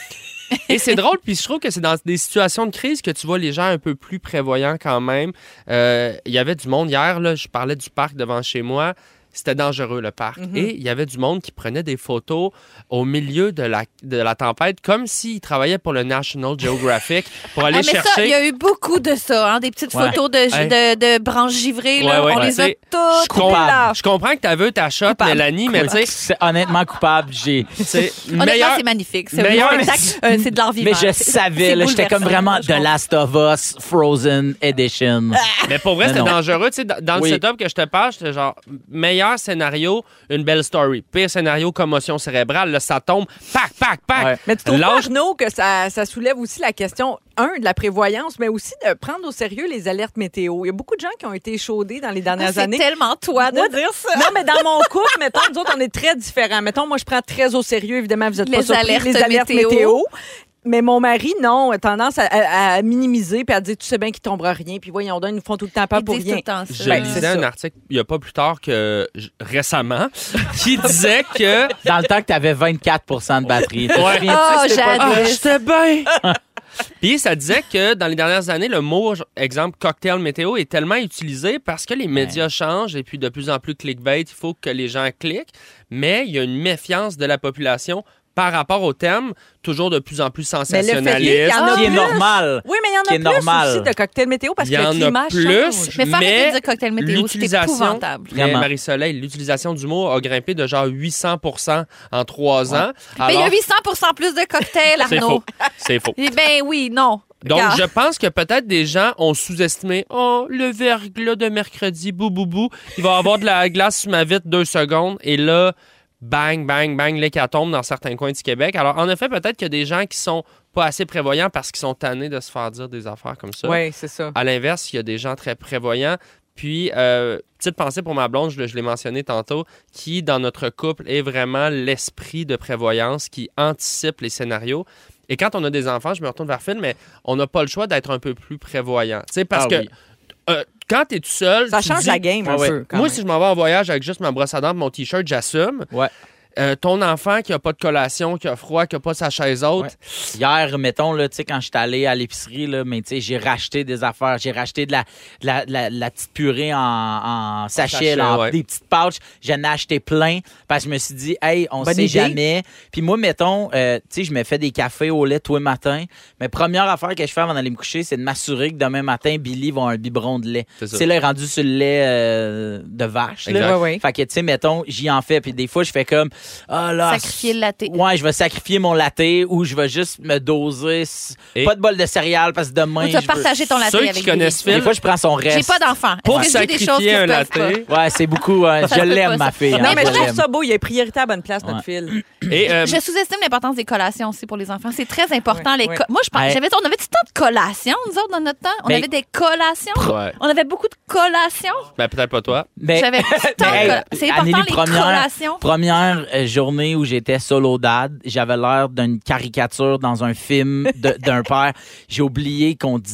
Et c'est drôle, puis je trouve que c'est dans des situations de crise que tu vois les gens un peu plus prévoyants quand même. Euh, Il y avait du monde hier, là, je parlais du parc devant chez moi. C'était dangereux, le parc. Mhm. Et il y avait du monde qui prenait des photos au milieu de la, de la tempête, comme s'ils travaillaient pour le National Geographic pour aller Ah, mais chercher... ça, il y a eu beaucoup de ça, hein, des petites Ouais. photos de, Hey. de, de branches givrées. Là. Ouais, ouais, On ouais. les a C'est- toutes. Je, com- là. je comprends que tu avais ta shot, Coupable. Mélanie, mais tu sais, C'est honnêtement coupable. J'ai... c'est Honnêtement, meilleur... c'est magnifique. C'est meilleur- un spectacle, euh, c'est de l'art vivant. Mais je C'est- savais, c'est là, j'étais comme bouleversant. vraiment Je The Last of Us Frozen Edition. Mais pour vrai, Non, c'était non. dangereux. Tu sais, dans dans le Oui. setup que je te parle, j'étais genre, meilleur scénario, une belle story. Pire scénario, commotion cérébrale. Là, ça tombe, pac, pac, pac. Ouais. Mais tu trouves pas, Lâche- Arnaud, que ça, ça soulève aussi la question, un, de la prévoyance, mais aussi de prendre au sérieux les alertes météo. Il y a beaucoup de gens qui ont été échaudés dans les Ah, dernières c'est années. tellement toi de Moi, dire ça. Non, mais dans mon couple, mettons, nous autres, on est très différents. Mettons, moi, je prends très au sérieux, évidemment, vous n'êtes pas Les surpris, alertes les alertes météo. météo. Mais mon mari, non, a tendance à, à- à minimiser puis à dire, tu sais bien qu'il tombera rien. Puis voyons donc, ils nous font tout le temps peur Ils pour disent rien. tout le temps ça. Je Ben, lisais c'est un ça. article il n'y a pas plus tard que j- récemment qui disait que. Dans le temps que t'avais vingt-quatre pour cent de batterie. Te Ouais. souviens-tu, Oh, cette époque-là? j'adore. Ah, j'étais bien! Puis ça disait que dans les dernières années, le mot, exemple, cocktail météo est tellement utilisé parce que les médias changent et puis de plus en plus clickbait, il faut que les gens cliquent. Mais il y a une méfiance de la population par rapport au thème, toujours de plus en plus Mais le fait qu'il y sensationnaliste. en a Qui est plus. normal. Oui, mais il y en Qui a est plus normal. aussi de cocktails météo parce Il y que le en a climat plus, change. Mais faut arrêter mais de dire cocktail météo, c'est l'utilisation- épouvantable. Mais Vraiment. Marie-Soleil, l'utilisation du mot a grimpé de genre huit cents pour cent en trois ans. Mais il y a Alors, huit cents pour cent plus de cocktails, c'est Arnaud. faux. C'est faux. Eh ben oui, non. Donc, Regarde. je pense que peut-être des gens ont sous-estimé « Oh, le verglas de mercredi, bou, bou, bou. Il va y avoir de la glace sur ma vitre deux secondes. » Et là, bang, bang, bang, l'hécatombe dans certains coins du Québec. Alors, en effet, peut-être qu'il y a des gens qui sont pas assez prévoyants parce qu'ils sont tannés de se faire dire des affaires comme ça. Oui, c'est ça. À l'inverse, il y a des gens très prévoyants. Puis, euh, petite pensée pour ma blonde, je, le- je l'ai mentionné tantôt, qui, dans notre couple, est vraiment l'esprit de prévoyance qui anticipe les scénarios. Et quand on a des enfants, je me retourne vers Phil, mais on n'a pas le choix d'être un peu plus prévoyant. Tu sais, parce Ah que oui. euh, quand tu es tout seul, Ça tu change dis- la game un Ouais, peu. quand Moi, même. si je m'en vais en voyage avec juste ma brosse à dents, mon T-shirt, j'assume. Ouais. Euh, ton enfant qui a pas de collation, qui a froid, qui a pas sa chaise haute, Ouais. Hier, mettons, là, tu sais, quand je suis allé à l'épicerie, là, mais tu sais, j'ai racheté des affaires. J'ai racheté de la, de la, de la, de la petite purée en, en sachet, sachet, là, en- ouais. des petites pouches. J'en ai acheté plein parce que je me suis dit, hey, on Bonne sait idée. jamais. Puis moi, mettons, euh, tu sais, je me fais des cafés au lait tous les matins. Mais première affaire que je fais avant d'aller me coucher, c'est de m'assurer que demain matin, Billy va avoir un biberon de lait. C'est ça. C'est là, rendu sur le lait euh, de vache. là. Exact. Ouais, ouais. Fait que, tu sais, mettons, j'y en fais. Puis des fois, je fais comme, ah là, Sacrifier le latte. ouais, je vais sacrifier mon latte ou je vais juste me doser. s- Et- Pas de bol de céréales parce que demain. Ou tu as je veux- partagé ton latte Ceux qui avec connaissent Billy. Des fois, je prends son reste. J'ai pas d'enfant. pour Est-ce que je dis des choses sacrifier que un je peux latte. pas? Ouais, c'est beaucoup. hein. Ça Je se peut l'aime, pas, ma ça. fille. Non, hein, mais je je trouve l'aime. ça beau. Il y a priorité à la bonne place, notre Ouais. fil. Et, euh, Je sous-estime l'importance des collations aussi pour les enfants. C'est très important. Ouais, les ouais. co- Moi, je pense, Ouais. j'avais, on avait du temps de collations, nous autres, dans notre temps. On Mais- avait des collations. ouais. On avait beaucoup de collations. Ben, peut-être pas toi. Mais- J'avais du temps de mais, hey, colla- C'est important, Anneli, les première- collations. Première euh, journée où j'étais solo dad, j'avais l'air d'une caricature dans un film de- d'un père. J'ai oublié qu'on dînait.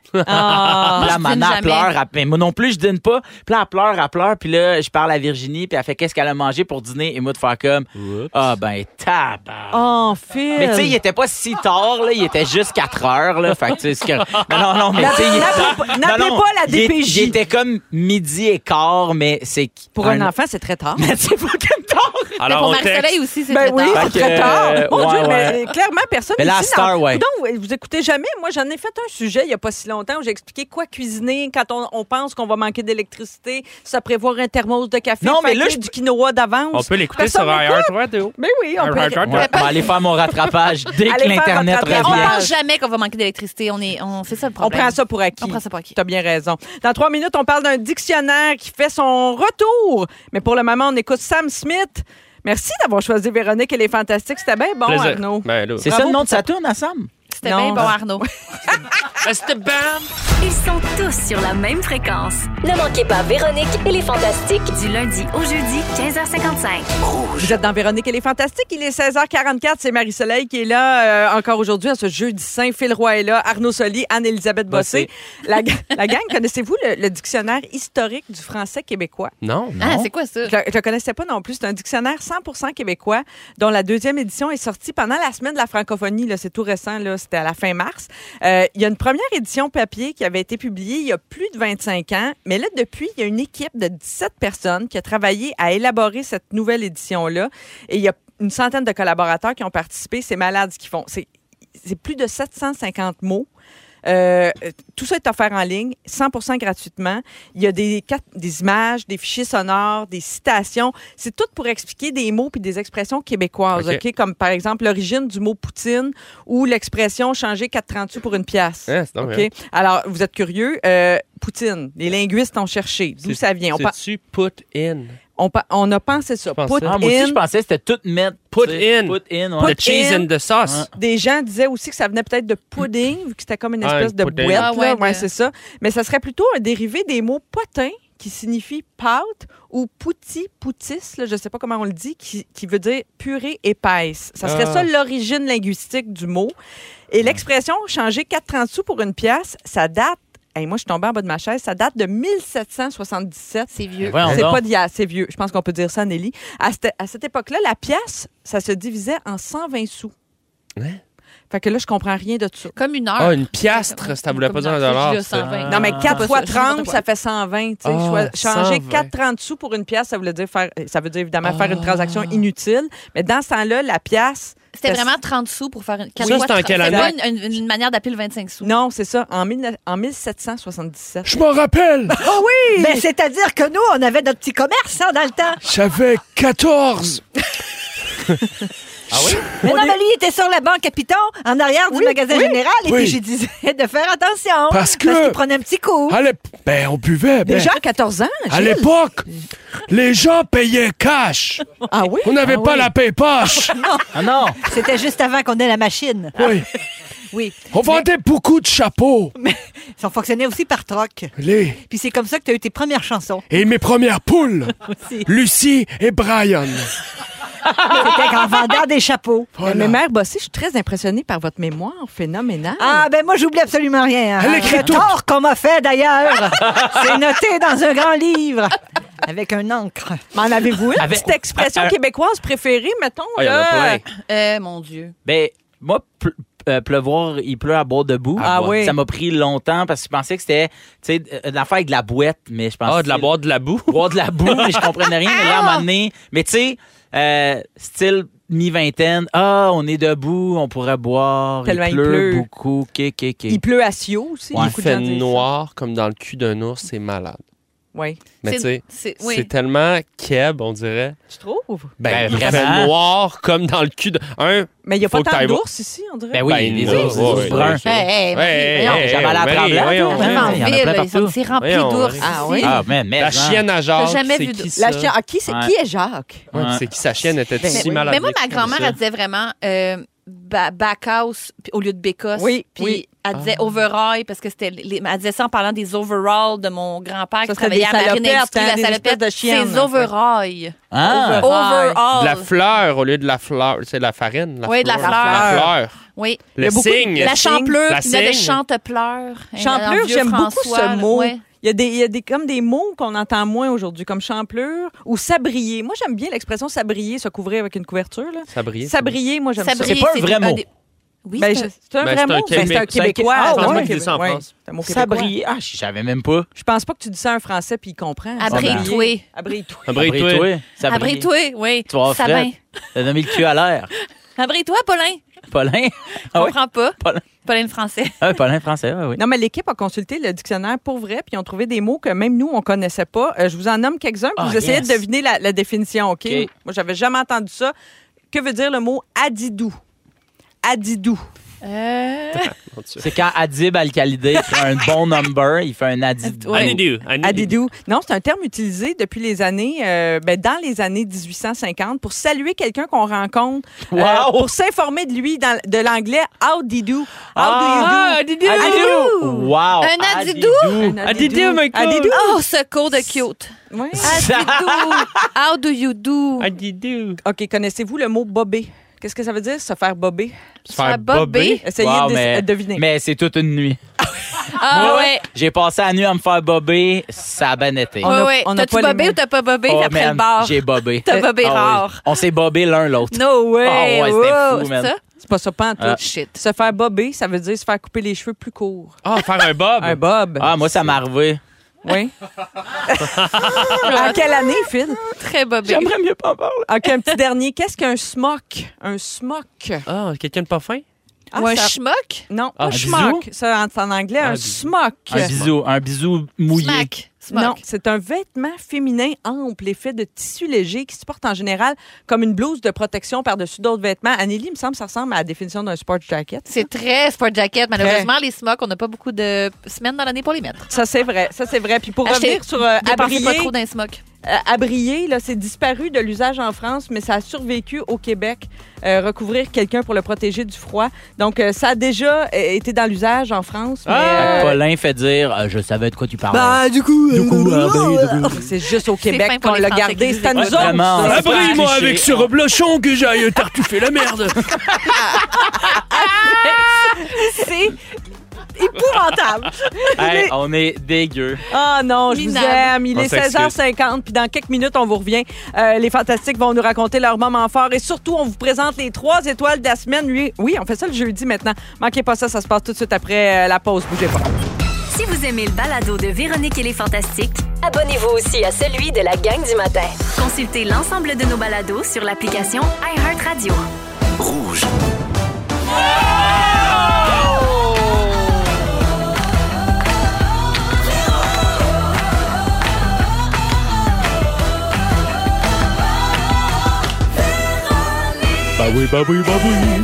Ah. Puis là, je Mana, dîne elle jamais. pleure. Elle- mais moi non plus, je dîne pas. Puis là, elle pleure, elle pleure. Puis là, je parle à Virginie. Puis elle fait qu'est-ce qu'elle a mangé pour dîner. Et moi, de faire comme, ah ben, tabac. Oh, Phil. Mais tu sais, il était pas si tard, là. Il était juste quatre heures, là. Fait que, tu sais, c'est que... Non, non, non, mais tu sais... il- N'appelez pas- n'appelez non, non, pas la il est- D P J. Il était comme midi et quart, mais c'est... Pour un enfant, c'est très tard. Mais c'est pas comme tard. Mais Alors, pour on texte. Marie-Soleil aussi, c'est Ben très oui, tard. c'est Fait très que, tard. euh, Mon ouais, Dieu, ouais. mais clairement, personne Mais la ici star, n'en- ouais. Coudonc, vous écoutez jamais. Moi, j'en ai fait un sujet il n'y a pas si longtemps où j'ai expliqué quoi cuisiner quand on, on pense qu'on va manquer d'électricité, ça prévoir un thermos de café, Non, mais faire là, cuire je- du quinoa d'avance. On peut l'écouter Personne sur n'écoute. iHeartRadio. Mais oui, on peut. iHeart Radio. Ouais, on va aller faire mon rattrapage dès que Allez faire l'Internet votre rattrapage. On revient. pense jamais qu'on va manquer d'électricité. On est, on, c'est ça le On problème. prend ça pour acquis. On prend ça pour acquis. Tu as bien raison. Dans trois minutes, on parle d'un dictionnaire qui fait son retour. Mais pour le moment, on écoute Sam Smith. Merci d'avoir choisi Véronique. Elle est fantastique. C'était bien bon, Plaisir. Arnaud. Ben, là. C'est Bravo ça le nom pour de sa tourne, à Sam? C'était Non. bien bon, Arnaud. Ah, c'était bam! Ils sont tous sur la même fréquence. Ne manquez pas Véronique et les Fantastiques du lundi au jeudi, quinze heures cinquante-cinq. Vous êtes dans Véronique et les Fantastiques. Il est seize heures quarante-quatre. C'est Marie-Soleil qui est là euh, encore aujourd'hui à ce jeudi saint. Phil Roy est là. Arnaud Soli, Anne-Élisabeth Bossé. La, ga- la gang, connaissez-vous le, le dictionnaire historique du français québécois? Non. Ah, c'est quoi ça? Je ne le connaissais pas non plus. C'est un dictionnaire cent pour cent québécois dont la deuxième édition est sortie pendant la semaine de la francophonie. Là, c'est tout récent. Là, c'était à la fin mars. Euh, il y a une première édition papier qui avait été publiée il y a plus de vingt-cinq ans. Mais là, depuis, il y a une équipe de dix-sept personnes qui a travaillé à élaborer cette nouvelle édition-là. Et il y a une centaine de collaborateurs qui ont participé. C'est malade ce qu'ils font. C'est, c'est plus de sept cent cinquante mots. Euh, tout ça est offert en ligne, cent pour cent gratuitement. Il y a des, des images, des fichiers sonores, des citations. C'est tout pour expliquer des mots puis des expressions québécoises, OK. OK? Comme par exemple l'origine du mot poutine ou l'expression changer quatre trente sous pour une pièce. Hein, c'est donc OK? bien. Alors, vous êtes curieux. Euh, poutine, les linguistes ont cherché d'où C'est- ça vient. On, pa- C'est-tu put in? on, pa- on a pensé ça. pense Put ça. Ah, moi aussi, in. je pensais que c'était tout mettre. Put tu sais, in. Put in, ouais. The cheese in. and the sauce. Des gens disaient aussi que ça venait peut-être de pudding, vu que c'était comme une Ah, espèce un de pudding. boîte. Ah, là. ouais, Ouais, de- c'est ça. Mais ça serait plutôt un dérivé des mots potin, qui signifie pâte, ou pouti, poutis, là, je ne sais pas comment on le dit, qui, qui veut dire purée épaisse. Ça serait Ah. ça l'origine linguistique du mot. Et l'expression changer quatre trente sous pour une pièce, ça date. Hey, moi, je suis tombée en bas de ma chaise. Ça date de mille sept cent soixante-dix-sept. C'est vieux. Voyons C'est donc. pas d'hier, c'est vieux. Je pense qu'on peut dire ça, Nelly. À cette, à cette époque-là, la pièce, ça se divisait en cent vingt sous. Hein? Fait que là, je comprends rien de tout ça. Comme une heure. Ah, une piastre, ça voulait pas dire un dollar. J'ai ça. cent vingt. Non, mais Ah. quatre Pas fois ça, je sais pas trente, quoi. ça fait cent vingt. tu sais. Ah, Choi- changer cent vingt. quatre trente sous pour une pièce, ça, voulait dire faire, ça veut dire évidemment faire une Ah. transaction inutile. Mais dans ce temps-là, la pièce. C'était vraiment trente sous pour faire une. quatre Ça, fois c'était en trente. quelle C'était année? pas une, une- une manière d'appeler le vingt-cinq sous. Non, c'est ça, en, mille- en mille sept cent soixante-dix-sept. Je m'en rappelle, Oh oui! Mais c'est-à-dire que nous, on avait notre petit commerce hein, dans le temps. j'avais quatorze. Ah oui? Mais non, mais lui, il était sur la banque à Piton, en arrière du magasin général, et Oui. puis je disais de faire attention. Parce que- Parce qu'il prenait un petit coup. À l'ép- ben, on buvait. Ben, Déjà à quatorze ans? à Gilles? l'époque, les gens payaient cash. Ah oui? On n'avait Ah pas oui. la paye-poche. Ah non! C'était juste avant qu'on ait la machine. Oui. Oui. On vendait beaucoup de chapeaux. Ça fonctionnait aussi par troc. Les... Puis c'est comme ça que tu as eu tes premières chansons. Et mes premières poules, Aussi. Lucie et Brian. C'était en vendant des chapeaux. Voilà. Mais Mère Bossé, je suis très impressionnée par votre mémoire phénoménale. Ah, ben moi, j'oublie absolument rien. hein. Elle écrit Le tout. tort qu'on m'a fait, d'ailleurs, c'est noté dans un grand livre, avec un encre. Mais en avez-vous une Avec- petite expression Euh, québécoise préférée, mettons? Ah, il y en a là? plein. Euh, mon Dieu. Ben, moi, ple- euh, pleuvoir, il pleut à boire debout. Ah oui. Ça m'a pris longtemps parce que je pensais que c'était, tu sais, euh, l'affaire avec de la boîte, mais je pensais. Ah, de la boire de la boue. Boire de la boue, mais je comprenais rien. Mais là, à un moment donné, mais tu sais, euh, style mi-vingtaine, ah, on est debout, on pourrait boire. Tellement il il pleut, pleut. beaucoup. OK, OK, OK. Il pleut à Sio aussi. Ouais. Il beaucoup de fait gens disent ça. noir comme dans le cul d'un ours, c'est malade. Oui. Mais C'est- tu sais, c'est- c'est oui. tellement keb, on dirait. Tu trouves? Ben, Ben, il fait vraiment. noir comme dans le cul de... Un, Mais il n'y a Faut pas que tant t'ailles voir. d'ours ici, on dirait. Ben oui, Ben, les non, ours, les ouais, ours ouais, bruns. ouais. Hey, hey, Ouais, voyons. hey, J'avais à la Marie, Tremblante, voyons, là. Vraiment il y en a ville, plein ils partout. sont- c'est rempli Voyons, d'ours. Marie. Ah oui? Ah, man, mais La hein. chienne à Jacques, T'as jamais c'est vu qui de- ça? La chienne, ah, qui, c'est, Ouais. qui est Jacques? Ouais, Ouais. c'est qui sa chienne était Ben, si oui. malade. Mais moi, ma grand-mère, elle disait vraiment, euh, ba- backhouse puis au lieu de bécosse. Oui, Puis oui. elle disait overall parce que c'était. Les, elle disait ça en parlant des overalls de mon grand-père Ça, qui c'était travaillait des à Marine salopettes, Industrie, hein, la des salopette. espèces de chiennes. C'est overall. Ah! Overall. De la fleur au lieu de la fleur. C'est de la farine. La Oui, de la fleur. fleur. La fleur. Oui. Il y a Le beaucoup de- cygne. La champlure, La puis il y avait cygne. chante-pleur. Champlure, Un vieux j'aime beaucoup François, ce mot. ouais. Il y a des, il y a des, comme des mots qu'on entend moins aujourd'hui, comme champlure ou sabrier. Moi, j'aime bien l'expression sabrier, se couvrir avec une couverture. Là. Sabrier. Sabrier, moi, j'aime ça. Sabrier, C'est pas un vrai mot. des- Oui, Ben, c'est je- un- c'est un Ben, vrai c'est un mot. Ben, c'est un Québec- québécois. Ah, Je pense ouais. pas qu'ils disent ça en Ouais. France. C'est un mot québécois. Sabrier. Ah, je savais même pas. Je pense pas que tu dis ça à un Français puis il comprend. Abrite-toi. Sabrier. Abrite-toi. Abrite-toi. Sabrier. Abrite-toi, oui. Tu vas avoir Sabin. Fred. T'as donné le cul à l'air. Abrite-toi, Paulin. Paulin. Je Ah oui? comprends pas. Paulin. Paulin le français. Ah, Paulin français, oui, oui. Non, mais l'équipe a consulté le dictionnaire pour vrai, puis ils ont trouvé des mots que même nous, on connaissait pas. Euh, je vous en nomme quelques-uns, puis Ah, vous essayez yes. de deviner la, la définition, OK? OK. Moi, j'avais jamais entendu ça. Que veut dire le mot adidou? Adidou. Euh... C'est quand Adib Al-Khalidé fait un bon number, il fait un adidou. Ouais. Adidou. Adidou. Non, c'est un terme utilisé depuis les années, euh, ben, dans les années dix-huit cent cinquante pour saluer quelqu'un qu'on rencontre, euh, Wow! pour s'informer de lui dans, de l'anglais how do you do? How Ah, do you do? Adidou. Wow! Un adidou? Un Adidou, my God. Adidou. Oh, ce cours de cute. Oui. Adidou. How do you do? Adidou. OK, connaissez-vous le mot bobber? Qu'est-ce que ça veut dire, se faire bobber? Se faire bobber. bobber. Essayez Wow, de mais, deviner. mais c'est toute une nuit. Ah Moi, ouais. J'ai passé la nuit à me faire bobber, ça a bien été. On a- Ouais, ouais. on a T'as-tu pas les bobé mêmes. ou t'as pas bobé Oh, après man, le bar? J'ai bobé. T'as bobé Ah oui. rare. On s'est bobé l'un l'autre. No way! Ah ouais, c'était Wow! fou, man. C'est ça? C'est pas ça, pas en tout. Ah. Shit. Se faire bobber, ça veut dire se faire couper les cheveux plus courts. Ah, faire un bob. Un bob. Ah, moi, ça m'est arrivé. Oui. En quelle année, Phil? Très bobé. J'aimerais mieux pas en parler. OK, un petit dernier. Qu'est-ce qu'un smock? Un smock. Ah, quelqu'un de pas fin? Ah, Ou un ça- schmuck? Non, Ah, pas un schmock. Ça, en, en anglais, Ah, un bisou. smock. Un bisou, un bisou mouillé. Smack. Smock. Non, c'est un vêtement féminin ample et fait de tissu léger qui se porte en général comme une blouse de protection par-dessus d'autres vêtements. Anneli, il me semble que ça ressemble à la définition d'un sport jacket. C'est très sport jacket. Malheureusement, les smocks, on n'a pas beaucoup de semaines dans l'année pour les mettre. Ça, c'est vrai. Ça, c'est vrai. Puis pour Achetez. revenir sur euh, Dépensez pas abrier, trop d'un smock. euh, abrier, là, c'est disparu de l'usage en France, mais ça a survécu au Québec. Euh, recouvrir quelqu'un pour le protéger du froid. Donc, euh, ça a déjà euh, été dans l'usage en France. Mais, Ah! euh, Paulin fait dire euh, je savais de quoi tu parlais. ben, du coup, Du coup, ah, ben, du coup. c'est juste au fin Québec pour qu'on les l'a Français gardé. qui C'est à nous nous écoutent. autres. Vraiment, ça. hein. Abris-moi cliché. avec ce reblochon que j'aille tartuffer la merde. C'est épouvantable. Hey, on est dégueu. Ah non, je vous Minable. aime. Il On est s'excuse. seize heures cinquante, puis dans quelques minutes, on vous revient. Euh, les Fantastiques vont nous raconter leur moment fort et surtout, on vous présente les trois étoiles de la semaine. Oui, oui, on fait ça le jeudi maintenant. Manquez pas ça, ça se passe tout de suite après euh, la pause. Bougez pas. Si vous aimez le balado de Véronique et les Fantastiques, abonnez-vous aussi à celui de la gang du matin. Consultez l'ensemble de nos balados sur l'application iHeartRadio. Rouge. Bah oui, bah oui, bah oui.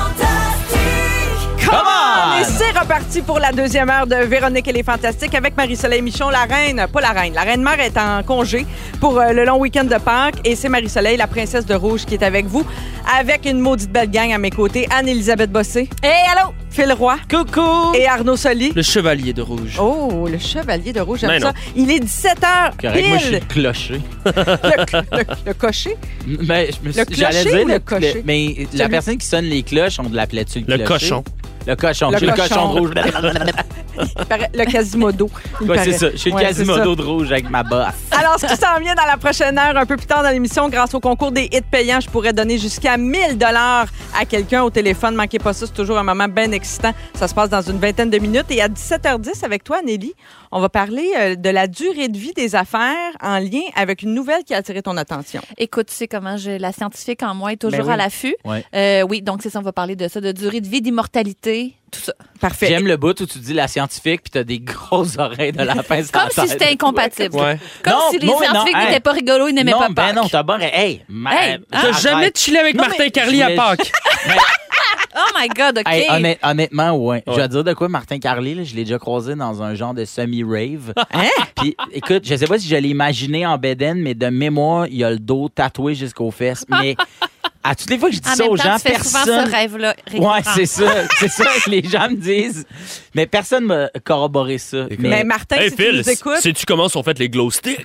Come on! Et c'est reparti pour la deuxième heure de Véronique et les Fantastiques avec Marie-Soleil Michon, la reine, pas la reine, la reine-mère est en congé pour euh, le long week-end de Pâques et c'est Marie-Soleil, la princesse de Rouge, qui est avec vous, avec une maudite belle gang à mes côtés, Anne-Élisabeth Bossé. Hey, allô! Phil Roy. Coucou! Et Arnaud Soli. Le chevalier de rouge. Oh, le chevalier de Rouge, j'aime Ben ça. non. Il est dix-sept heures Correct, moi, je suis pile. le clocher. Le, le, le cocher. Mais je me suis- Le j'allais clocher dire ou le le- cocher? le- mais la Celui- personne qui sonne les cloches, on l'appelait tu Le cochon. Le cochon. Le Je suis le cochon. cochon de rouge. Il paraît- Le Quasimodo. il Ouais, paraît. c'est ça. Je suis le Ouais, c'est Quasimodo de rouge avec ma bosse. Alors, ce qui s'en vient dans la prochaine heure, un peu plus tard dans l'émission, grâce au concours des hits payants, je pourrais donner jusqu'à mille dollars à quelqu'un au téléphone. Manquez pas ça, c'est toujours un moment bien excitant. Ça se passe dans une vingtaine de minutes. Et à dix-sept heures dix, avec toi, Nelly, on va parler euh, de la durée de vie des affaires en lien avec une nouvelle qui a attiré ton attention. Écoute, tu sais comment je, la scientifique en moi est toujours Ben oui. à l'affût. Ouais. Euh, oui, donc c'est ça, on va parler de ça, de durée de vie, d'immortalité, tout ça. Parfait. J'aime le bout où tu dis la scientifique puis t'as des grosses oreilles de la pince Comme si c'était incompatible. Ouais. Comme Non, si les moi, non, scientifiques hey. n'étaient pas rigolos, ils n'aimaient non, pas ben Pâques. non, t'as bon. Hey, ma- Hey, T'as arrête. jamais chillé avec Non, Martin mais Carly je à voulais- Pâques. Mais, Oh my God, OK. hey, honnêt- honnêtement, ouais. Je Ouais. vais te dire de quoi, Martin Carly, là, je l'ai déjà croisé dans un genre de semi-rave. Hein? Puis, écoute, je sais pas si je l'ai imaginé en bedaine, mais de mémoire, il a le dos tatoué jusqu'aux fesses. Mais À toutes les fois que je dis En ça même aux temps, gens, tu fais souvent personne... ce rêve-là. Ouais, récurrent. c'est ça. C'est ça que les gens me disent. Mais personne m'a corroboré ça. Mais, Mais Martin, Hey si tu Phil, nous écoutes, sais-tu comment sont faites les glow sticks?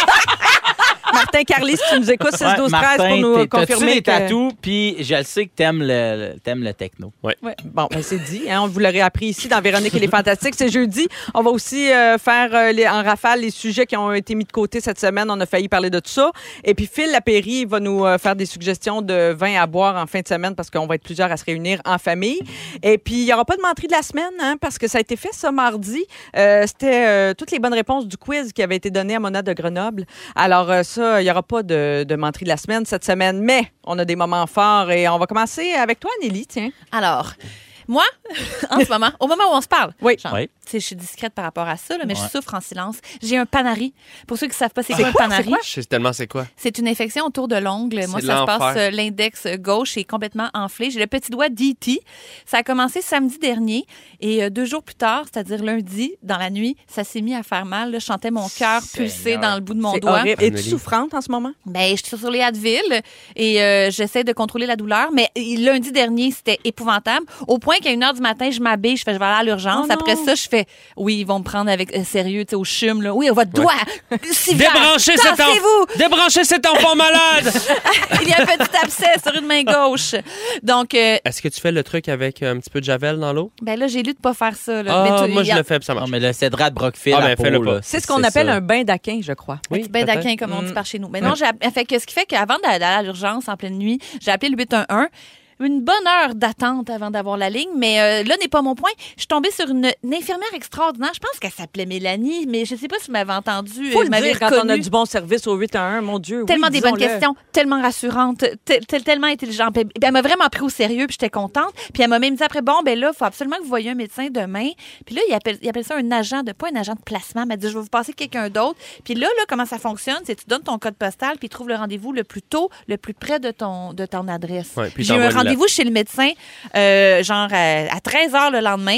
Martin Carly, si tu nous écoutes, six douze treize pour nous t'es- t'as-tu confirmer les que... tatous, puis je le sais que t'aimes le, le- t'aimes le techno. Bon, ben c'est dit. Hein, on vous l'aurait appris ici dans Véronique et les Fantastiques. C'est jeudi. On va aussi euh, faire euh, les, en rafale les sujets qui ont été mis de côté cette semaine. On a failli parler de tout ça. Et puis Phil Lapéry va nous euh, faire des suggestions de vin à boire en fin de semaine parce qu'on va être plusieurs à se réunir en famille. Et puis il n'y aura pas de menterie de la semaine hein, parce que ça a été fait ce mardi. Euh, C'était euh, toutes les bonnes réponses du quiz qui avaient été données à Mona de Grenoble. Alors euh, ça, il n'y aura pas de, de menterie de la semaine cette semaine, mais on a des moments forts et on va commencer avec toi, Nelly, tiens. Alors, moi, en ce moment, au moment où on se parle, Oui. genre, Oui. tu sais, je suis discrète par rapport à ça, là, mais Ouais. je souffre en silence. J'ai un panari. Pour ceux qui ne savent pas c'est quoi un panari, Je sais tellement c'est quoi. c'est une infection autour de l'ongle. Moi, C'est ça se passe, l'enfer. euh, l'index gauche est complètement enflé. J'ai le petit doigt D T. Ça a commencé samedi dernier et euh, deux jours plus tard, c'est-à-dire lundi, dans la nuit, ça s'est mis à faire mal. Là, je sentais mon cœur pulser Seigneur. dans le bout de mon C'est doigt. horrible. Es-tu Anneli. souffrante en ce moment? Ben, je suis sur les Advil et euh, j'essaie de contrôler la douleur. Mais euh, lundi dernier, c'était épouvantable. Au point qu'à une heure du matin, je m'habille, je fais, je vais aller à l'urgence. Oh non. Après ça, je fais, oui, ils vont me prendre avec euh, sérieux, tu sais, au chum, là. Oui, votre doigt! Sylvain, Débranchez cet enfant! tassez-vous! Débranchez cet enfant malade! Il y a un petit abcès sur une main gauche. Donc, euh, Est-ce que tu fais le truc avec un petit peu de javel dans l'eau? ben là, j'ai lu de pas faire ça. Là. Ah, Mais tout- moi, il y je a le fais, puis ça Non, marche. mais le cédrat de Brockfield, Ah, à ben, peau, fais-le pas. là, C'est ce qu'on appelle un bain d'aquin, je crois. Un petit bain peut-être. d'aquin, comme on dit Mm. par chez nous. Mais non, j'ai, fait que ce qui fait qu'avant d'aller à l'urgence en pleine nuit, j'ai appelé le huit un un. Une bonne heure d'attente avant d'avoir la ligne, mais euh, là n'est pas mon point. Je suis tombée sur une, une infirmière extraordinaire. Je pense qu'elle s'appelait Mélanie, mais je sais pas si vous m'avez entendu. Faut euh, le m'avez dire quand on a reconnue. du bon service au huit un un, mon Dieu. Tellement oui, des bonnes disons-le. questions, tellement rassurantes, tel- tel- tellement intelligentes. Puis elle m'a vraiment pris au sérieux, puis j'étais contente. Puis elle m'a même dit après, bon, ben là, il faut absolument que vous voyiez un médecin demain. Puis là, il appelle, il appelle ça un agent de, pas un agent de placement. Elle m'a dit, je vais vous passer quelqu'un d'autre. Puis là, là, comment ça fonctionne, c'est que tu donnes ton code postal, puis il trouve le rendez-vous le plus tôt, le plus près de ton, de ton adresse. Ouais, puis J'ai eu t'envoies un une rendez-vous chez le médecin, euh, genre à, à treize heures le lendemain.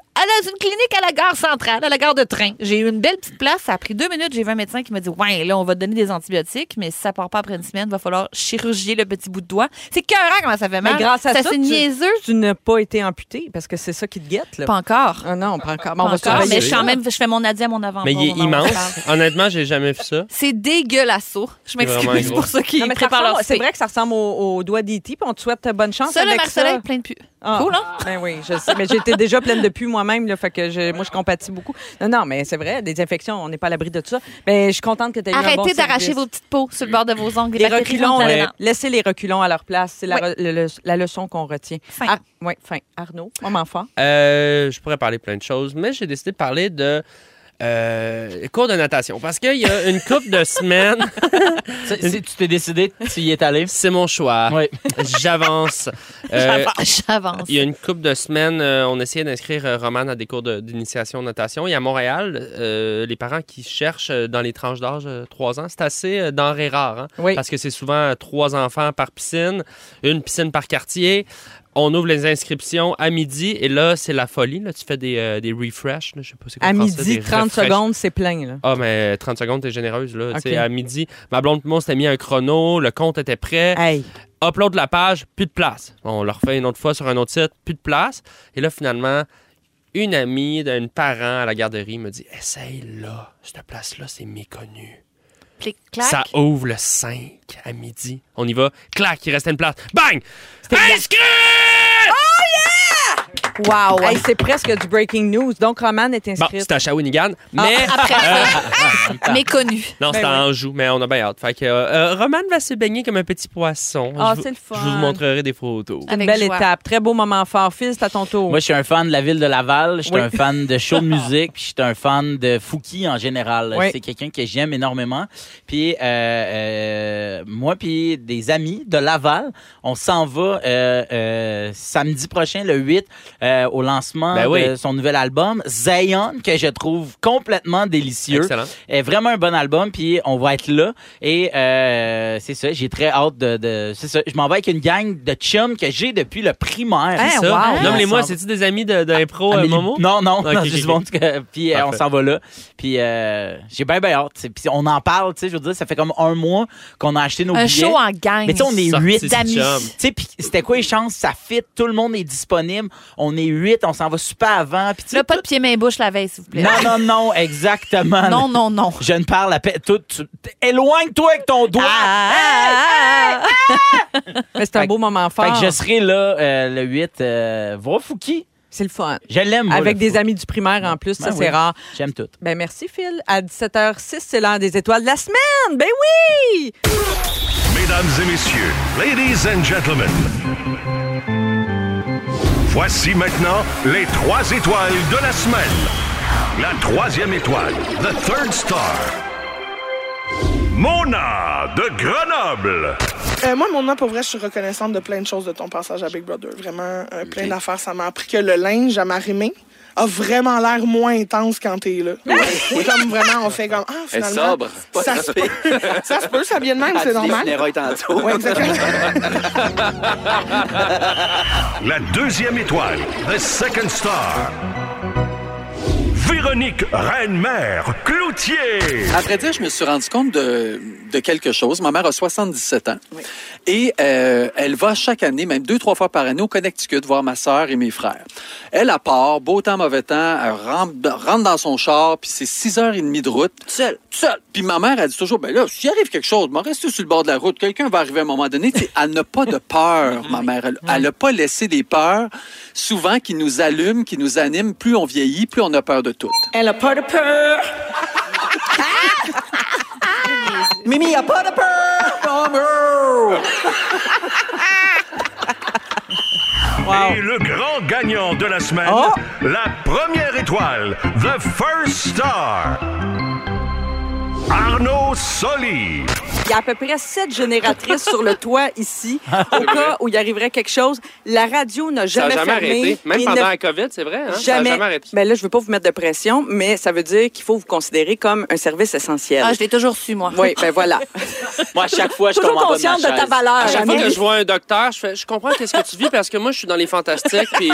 À une clinique à la gare centrale, à la gare de train. J'ai eu une belle petite place. Ça a pris deux minutes. J'ai vu un médecin qui m'a dit, ouais, là, on va te donner des antibiotiques, mais si ça part pas après une semaine, il va falloir chirurgier le petit bout de doigt. C'est cœurant comment ça fait mal. Mais grâce à ça, ça c'est tu- niaiseux. Tu n'as pas été amputé parce que c'est ça qui te guette. Là. Pas encore. Ah non, pas encore. Pas Bon, on va encore, surveiller. mais je suis en même, je fais mon adieu à mon avant. Mais il est immense. Honnêtement, j'ai jamais vu ça. C'est dégueulasse. Je vraiment m'excuse gros. pour ceux qui Non, mais ça préparent ressemble- leur c'est souper. vrai que ça ressemble au, au doigt d'E T, puis on te souhaite bonne chance Ça, le avec Marcelin ça. est plein de pu. Ah, Cool, hein? Ben oui, je sais. Mais j'étais déjà pleine de pus moi-même, là, fait que je- moi, je compatis beaucoup. Non, non, mais c'est vrai, des infections, on n'est pas à l'abri de tout ça. Mais je suis contente que tu aies eu un bon Arrêtez d'arracher service. vos petites peaux sur le bord de vos ongles. Les bactéries reculons, rentrent euh, là-dedans. laissez les reculons à leur place. C'est la, Oui. re- le- le- la leçon qu'on retient. Fin. Ah, oui, fin. Arnaud, moment fort. Euh, je pourrais parler plein de choses, mais j'ai décidé de parler de euh, cours de natation. Parce qu'il y a une couple de semaines, C'est- c'est- tu t'es décidé, tu y es allé? c'est mon choix. Oui. J'avance. Euh, J'avance. Il y a une couple de semaines, euh, on essayait d'inscrire euh, Romane à des cours de- d'initiation en natation. Et à Montréal, euh, les parents qui cherchent euh, dans les tranches d'âge euh, trois ans, c'est assez euh, denrée rare. Hein? Oui. Parce que c'est souvent euh, trois enfants par piscine, une piscine par quartier. On ouvre les inscriptions à midi et là, c'est la folie. Là. Tu fais des, euh, des refresh. Là. Je sais pas c'est quoi À en français, midi, des trente refresh. secondes, c'est plein. Là. Ah, mais trente secondes, t'es généreuse. Là. Tu sais, OK. à midi, ma blonde et moi, on s'était mis un chrono, le compte était prêt. Hey. Upload la page, plus de place. On le refait une autre fois sur un autre site, plus de place. Et là, finalement, une amie d'un parent à la garderie me dit « Essaye là, cette place-là, c'est méconnu. » Plic, clac. Ça ouvre le cinq à midi. On y va. Clac, il restait une place. Bang! Inscrit! Wow! Hey, c'est presque du breaking news. Donc, Romane est Bon, inscrite. c'était à Shawinigan, mais... Après ça, méconnu. Non, c'était Ben à oui. Anjou, mais on a bien hâte. Fait que euh, euh, Romane va se baigner comme un petit poisson. Ah, Je vous- c'est le fun. Je vous montrerai des photos. C'est une Avec belle joie. étape. Très beau moment fort. Phil, c'est à ton tour. Moi, je suis un fan de la ville de Laval. Je suis Oui. un fan de show de musique. Puis je suis un fan de Fouki en général. Oui. C'est quelqu'un que j'aime énormément. Puis euh, euh, moi, puis des amis de Laval, on s'en va euh, euh, samedi prochain, le huit, euh, au lancement Ben oui. de son nouvel album, Zion, que je trouve complètement délicieux. Excellent. Est vraiment un bon album, puis on va être là. Et euh, c'est ça, j'ai très hâte de... de c'est ça, je m'en vais avec une gang de chums que j'ai depuis le primaire. Hein, Ça, wow. nomme-les-moi, On s'en- c'est-tu des amis de- d'impro euh, Amélie- Momo? Non, non, Ok, non, ok, c'est juste ok. bon que- Puis euh, on Parfait. s'en va là. Puis euh, j'ai bien, bien hâte. T'sais. Puis on en parle, tu sais, je veux dire, ça fait comme un mois qu'on a acheté nos Un billets. show en gang. Mais tu sais, on est Sorti huit du d'amis. chum. Tu sais, puis c'était quoi les chances? Ça fit, tout le monde est disponible. On est huit, on s'en va super avant. Puis tu sais, Là, pas tout- de pied main bouche la veille, s'il vous plaît. Non, non, non, exactement. non, non, non. Je ne parle à peine. Tout, tu- éloigne-toi avec ton doigt. Ah, ah, ah, Mais c'est un Fait- beau moment fort. Fait que je serai là euh, le huit. Euh, voir Fouki. C'est le fun. Je l'aime, moi, Avec le des Fouki. amis du primaire en plus, ça Ben c'est oui. rare. J'aime tout. Ben merci Phil. À dix-sept heures six, c'est l'heure des étoiles de la semaine. Ben oui! Mesdames et messieurs, ladies and gentlemen, voici maintenant les trois étoiles de la semaine. La troisième étoile, the third star, Mona de Grenoble. Euh, moi, mon nom, pour vrai, je suis reconnaissante de plein de choses de ton passage à Big Brother. Vraiment, euh, plein d'affaires. Ça m'a appris que le linge à m'arrimer a vraiment l'air moins intense quand t'es là. Comme vraiment, on fait comme, ah, Elle est finalement... sobre, pas ça, se trempée. peut, ça se peut, ça vient de même, c'est normal. Les tantôt. Ouais, exactement. La deuxième étoile, the second star, Véronique Reine-Mère Cloutier. Après dire, je me suis rendu compte de, de quelque chose. Ma mère a soixante-dix-sept ans. Et euh, elle va chaque année, même deux, trois fois par année, au Connecticut voir ma sœur et mes frères. Elle, à part, beau temps, mauvais temps, elle rentre, rentre dans son char, puis c'est six heures et demie de route, seule, seule. Puis ma mère, elle dit toujours, ben là, s'il arrive quelque chose, m'en reste sur le bord de la route, quelqu'un va arriver à un moment donné. T'sais, elle n'a pas de peur, ma mère. Elle n'a pas laissé des peurs, souvent, qui nous allument, qui nous animent. Plus on vieillit, plus on a peur de tout. Elle a pas de peur. Mimi a pas de peur! Maman! Et le grand gagnant de la semaine, la première étoile, the first star, Arnaud Soli. Il y a à peu près sept génératrices sur le toit ici, au cas où il arriverait quelque chose. La radio n'a Ça n'a jamais, jamais fermé. arrêté. Même Il pendant ne- la COVID, c'est vrai. Hein? Ça n'a Jamais. jamais arrêté. Ben là, je veux pas vous mettre de pression, mais ça veut dire qu'il faut vous considérer comme un service essentiel. Ah, je l'ai toujours su, moi. Oui, ben voilà. Moi, à chaque fois, je Toujours tombe en bas de ma consciente de ta chaise. valeur. À chaque fois Annie. que je vois un docteur, je fais, je comprends qu'est-ce que tu vis parce que moi, je suis dans les fantastiques. Puis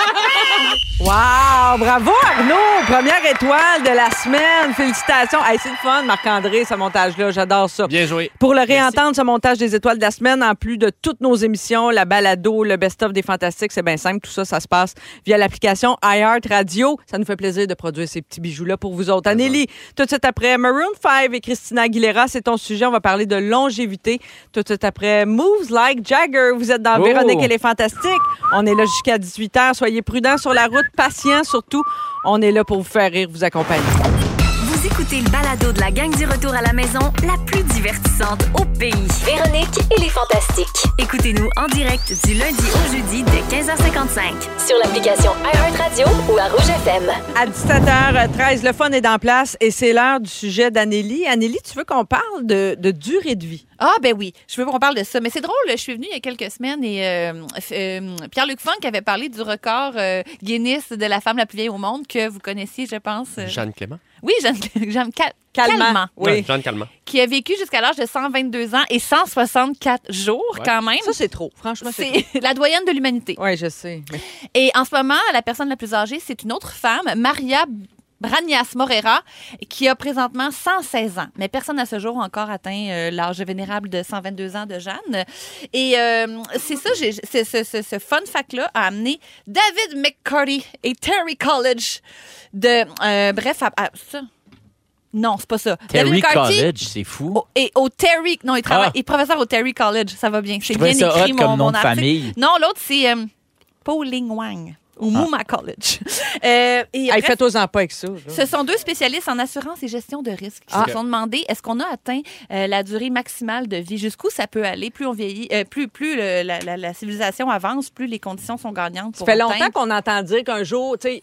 Wow! Bravo, Arnaud! Première étoile de la semaine. Félicitations. Hey, c'est le fun, Marc-André, ce montage-là. J'adore ça. bien joué. Pour le réentendre, ce montage des étoiles de la semaine, en plus de toutes nos émissions, la balado, le best-of des fantastiques, c'est bien simple. Tout ça, ça se passe via l'application iHeartRadio. Ça nous fait plaisir de produire ces petits bijoux-là pour vous autres. Anneli, tout de suite après Maroon five et Christina Aguilera, c'est ton sujet. On va parler de longévité. Tout de suite après Moves Like Jagger. Vous êtes dans Oh. Véronique et les Fantastiques. On est là jusqu'à dix-huit heures. Soyez prudents sur la route, patients surtout. On est là pour vous faire rire, vous accompagner. Vous écoutez le balado de la gang du retour à la maison, la plus divertissante au pays. Véronique et les Fantastiques. Écoutez-nous en direct du lundi au jeudi dès quinze heures cinquante-cinq sur l'application iHeartRadio ou à Rouge F M. À dix-sept heures treize, le fun est en place et c'est l'heure du sujet d'Anneli. Anneli, tu veux qu'on parle de, de durée de vie? Ah, ben oui, je veux qu'on parle de ça. Mais c'est drôle, je suis venue il y a quelques semaines et euh, euh, Pierre-Luc Funk avait parlé du record euh, Guinness de la femme la plus vieille au monde que vous connaissiez, je pense. euh. Jeanne Clément. Oui, Jeanne, Jeanne Cal- Calmant. Calment. Oui. Ouais, Jeanne Calment. Qui a vécu jusqu'à l'âge de cent vingt-deux ans et cent soixante-quatre jours Ouais. quand même. Ça, c'est trop. Franchement, c'est trop. C'est la doyenne de l'humanité. Oui, je sais. Mais... Et en ce moment, la personne la plus âgée, c'est une autre femme, Maria Branias Morera, qui a présentement cent seize ans. Mais personne à ce jour a encore atteint euh, l'âge vénérable de cent vingt-deux ans de Jeanne. Et euh, c'est ça, j'ai, c'est, ce, ce, ce fun fact-là a amené David McCarty et Terry College de... euh, bref, à, à- ça... Non, c'est pas ça. Terry David McCarty College, c'est fou. au- et au Terry... Non, il travaille... Ah. Il est professeur au Terry College. Ça va bien. C'est Je trouvais bien ça écrit, hot mon, comme nom mon de article. famille. Non, l'autre, c'est euh, Po Ling Wang au Mooma College. Euh, et Hey, bref, faites-en pas avec ça. là. ce sont deux spécialistes en assurance et gestion de risque qui Ah. se sont demandé est-ce qu'on a atteint euh, la durée maximale de vie, jusqu'où ça peut aller, plus on vieillit, euh, plus, plus le- la, la- la civilisation avance, plus les conditions sont gagnantes Ça pour fait longtemps atteindre. qu'on entend dire qu'un jour, tu sais,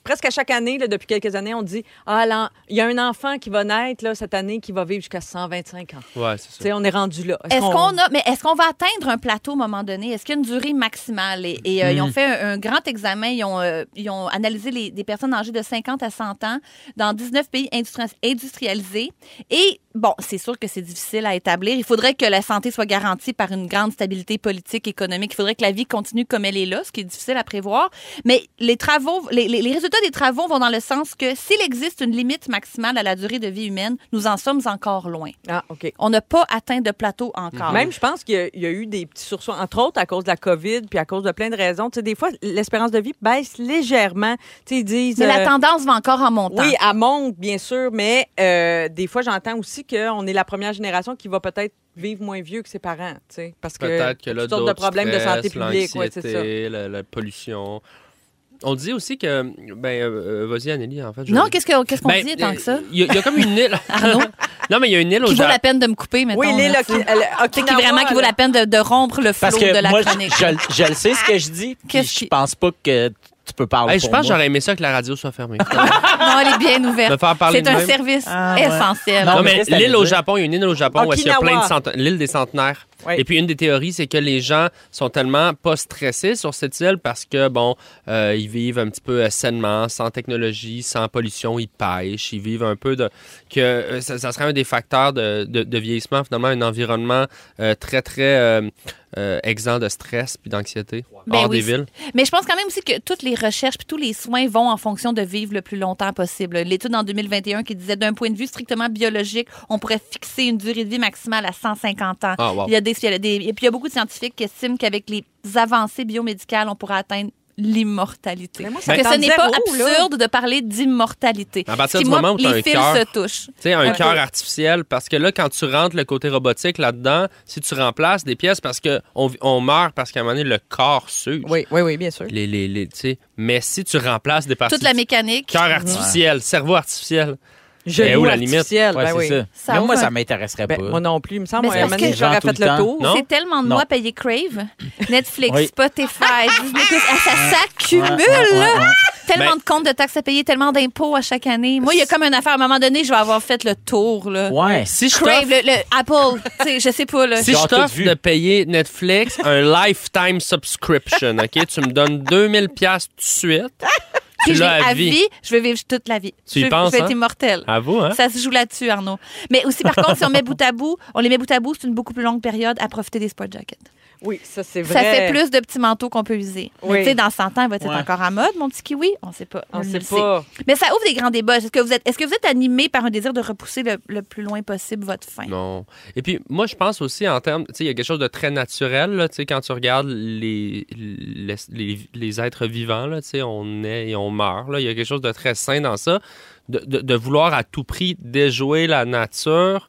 presque à chaque année, là, depuis quelques années, on dit « Ah, il y a un enfant qui va naître là, cette année qui va vivre jusqu'à cent vingt-cinq ans. » Ouais, c'est ça. T'sais, on est rendu là. Est-ce, est-ce qu'on... qu'on a, mais est-ce qu'on va atteindre un plateau à un moment donné? Est-ce qu'il y a une durée maximale? Et, et euh, mm. ils ont fait un, un grand examen. Ils ont, euh, ils ont analysé les, des personnes âgées de cinquante à cent ans dans dix-neuf pays industri- industrialisés. Et bon, c'est sûr que c'est difficile à établir. Il faudrait que la santé soit garantie par une grande stabilité politique, économique. Il faudrait que la vie continue comme elle est là, ce qui est difficile à prévoir. Mais les travaux, les, les, les résultats des travaux vont dans le sens que s'il existe une limite maximale à la durée de vie humaine, nous en sommes encore loin. Ah, OK. On n'a pas atteint de plateau encore. Même, je pense qu'il y a, il y a eu des petits sursauts, entre autres à cause de la COVID puis à cause de plein de raisons. Tu sais, des fois, l'espérance de vie baisse légèrement. Tu sais, ils disent... Mais euh, la tendance va encore en montant. Oui, elle monte, bien sûr, mais euh, des fois, j'entends aussi qu'on est la première génération qui va peut-être vivre moins vieux que ses parents, tu sais, parce que, peut-être que là, toutes sortes de problèmes stress, de santé publique, ouais, c'est ça. La, la pollution. On dit aussi que... Ben, euh, vas-y, Anneli, en fait. Je... Non, qu'est-ce, que, qu'est-ce qu'on ben, dit tant que ça? Il y, y a comme une île... Arnaud? Non, mais il y a une île au Qui Japon. vaut la peine de me couper, mettons. Oui, l'île qui, qui, qui vraiment qui vaut la peine de, de rompre le flot Parce que de la moi, chronique. Je, je, je le sais ce que je dis, puis Qu'est-ce je qui... pense pas que tu peux parler Hey, pour je pense que moi. j'aurais aimé ça que la radio soit fermée. Non, elle est bien ouverte. Me faire parler C'est de un même. service Ah, ouais. essentiel. Non, Non, mais mais qu'est-ce que l'île ça au veut dire? Japon, il y a une île au Japon où il y a plein de Okinawa. cent... l'île des centenaires. Oui. Et puis, une des théories, c'est que les gens sont tellement pas stressés sur cette île parce que, bon, euh, ils vivent un petit peu euh, sainement, sans technologie, sans pollution, ils pêchent, ils vivent un peu de... que euh, ça, ça serait un des facteurs de, de, de vieillissement, finalement, un environnement euh, très, très euh, euh, exempt de stress puis d'anxiété Ben hors oui, des villes. Mais je pense quand même aussi que toutes les recherches puis tous les soins vont en fonction de vivre le plus longtemps possible. L'étude en deux mille vingt et un qui disait d'un point de vue strictement biologique, on pourrait fixer une durée de vie maximale à cent cinquante ans. Ah, wow. Il y a des, il y a des, et puis il y a beaucoup de scientifiques qui estiment qu'avec les avancées biomédicales, on pourrait atteindre l'immortalité. Mais moi, ça que tente ce n'est pas zéro, là. absurde de parler d'immortalité. À partir Puis du moi, moment où tu as les un fils cœur, se touchent. Tu sais, un Un cœur peu. artificiel, parce que là, quand tu rentres le côté robotique là-dedans, si tu remplaces des pièces, parce qu'on on meurt parce qu'à un moment donné, le corps s'use. Oui, oui, oui, bien sûr. Les, les, les, tu sais, mais si tu remplaces des parties... Toute la mécanique. Cœur artificiel, cerveau artificiel. Genou Mais où la limite? artificiel, Ouais, ben c'est oui. ça. Ça Même moi, va. ça m'intéresserait Ben, pas. moi non plus. Il me semble Mais qu'à c'est un parce moment donné, que- j'aurais Gens tout fait le le temps. tour. Non? C'est tellement de Non. mois payer Crave, Netflix, Oui. Spotify, Disney+, ah, ça s'accumule, Ouais, ouais, là. ouais, ouais. Tellement Ben- de comptes de taxes à payer, tellement d'impôts à chaque année. Moi, il y a comme une affaire, à un moment donné, je vais avoir fait le tour, là. Ouais. Si je Crave, t'offre le, le Apple, tu sais, je sais pas, là. si Ils ont je tout t'offre vu. de payer Netflix un lifetime subscription, OK? Tu me donnes deux mille dollars tout de suite. Puis Tu je l'as l'ai à à vie. vie, je vais vivre toute la vie. Tu y je, penses, je vais hein? être immortel. À vous, hein? Ça se joue là-dessus, Arnaud. Mais aussi, par contre, si on met bout à bout, on les met bout à bout, c'est une beaucoup plus longue période à profiter des sport jackets. Oui, ça, c'est vrai. Ça fait plus de petits manteaux qu'on peut user. Oui. Mais tu sais, dans cent ans, va-t-il Ouais. être encore à mode, mon petit kiwi? On sait pas. On ne sait le pas. Mais ça ouvre des grands débats. Est-ce que vous êtes, est-ce que vous êtes animé par un désir de repousser le, le plus loin possible votre fin? Non. Et puis, moi, je pense aussi en termes, tu sais, il y a quelque chose de très naturel, là, tu sais, quand tu regardes les, les, les, les êtres vivants, là, tu sais, on naît et on meurt, là, il y a quelque chose de très sain dans ça, de, de, de vouloir à tout prix déjouer la nature.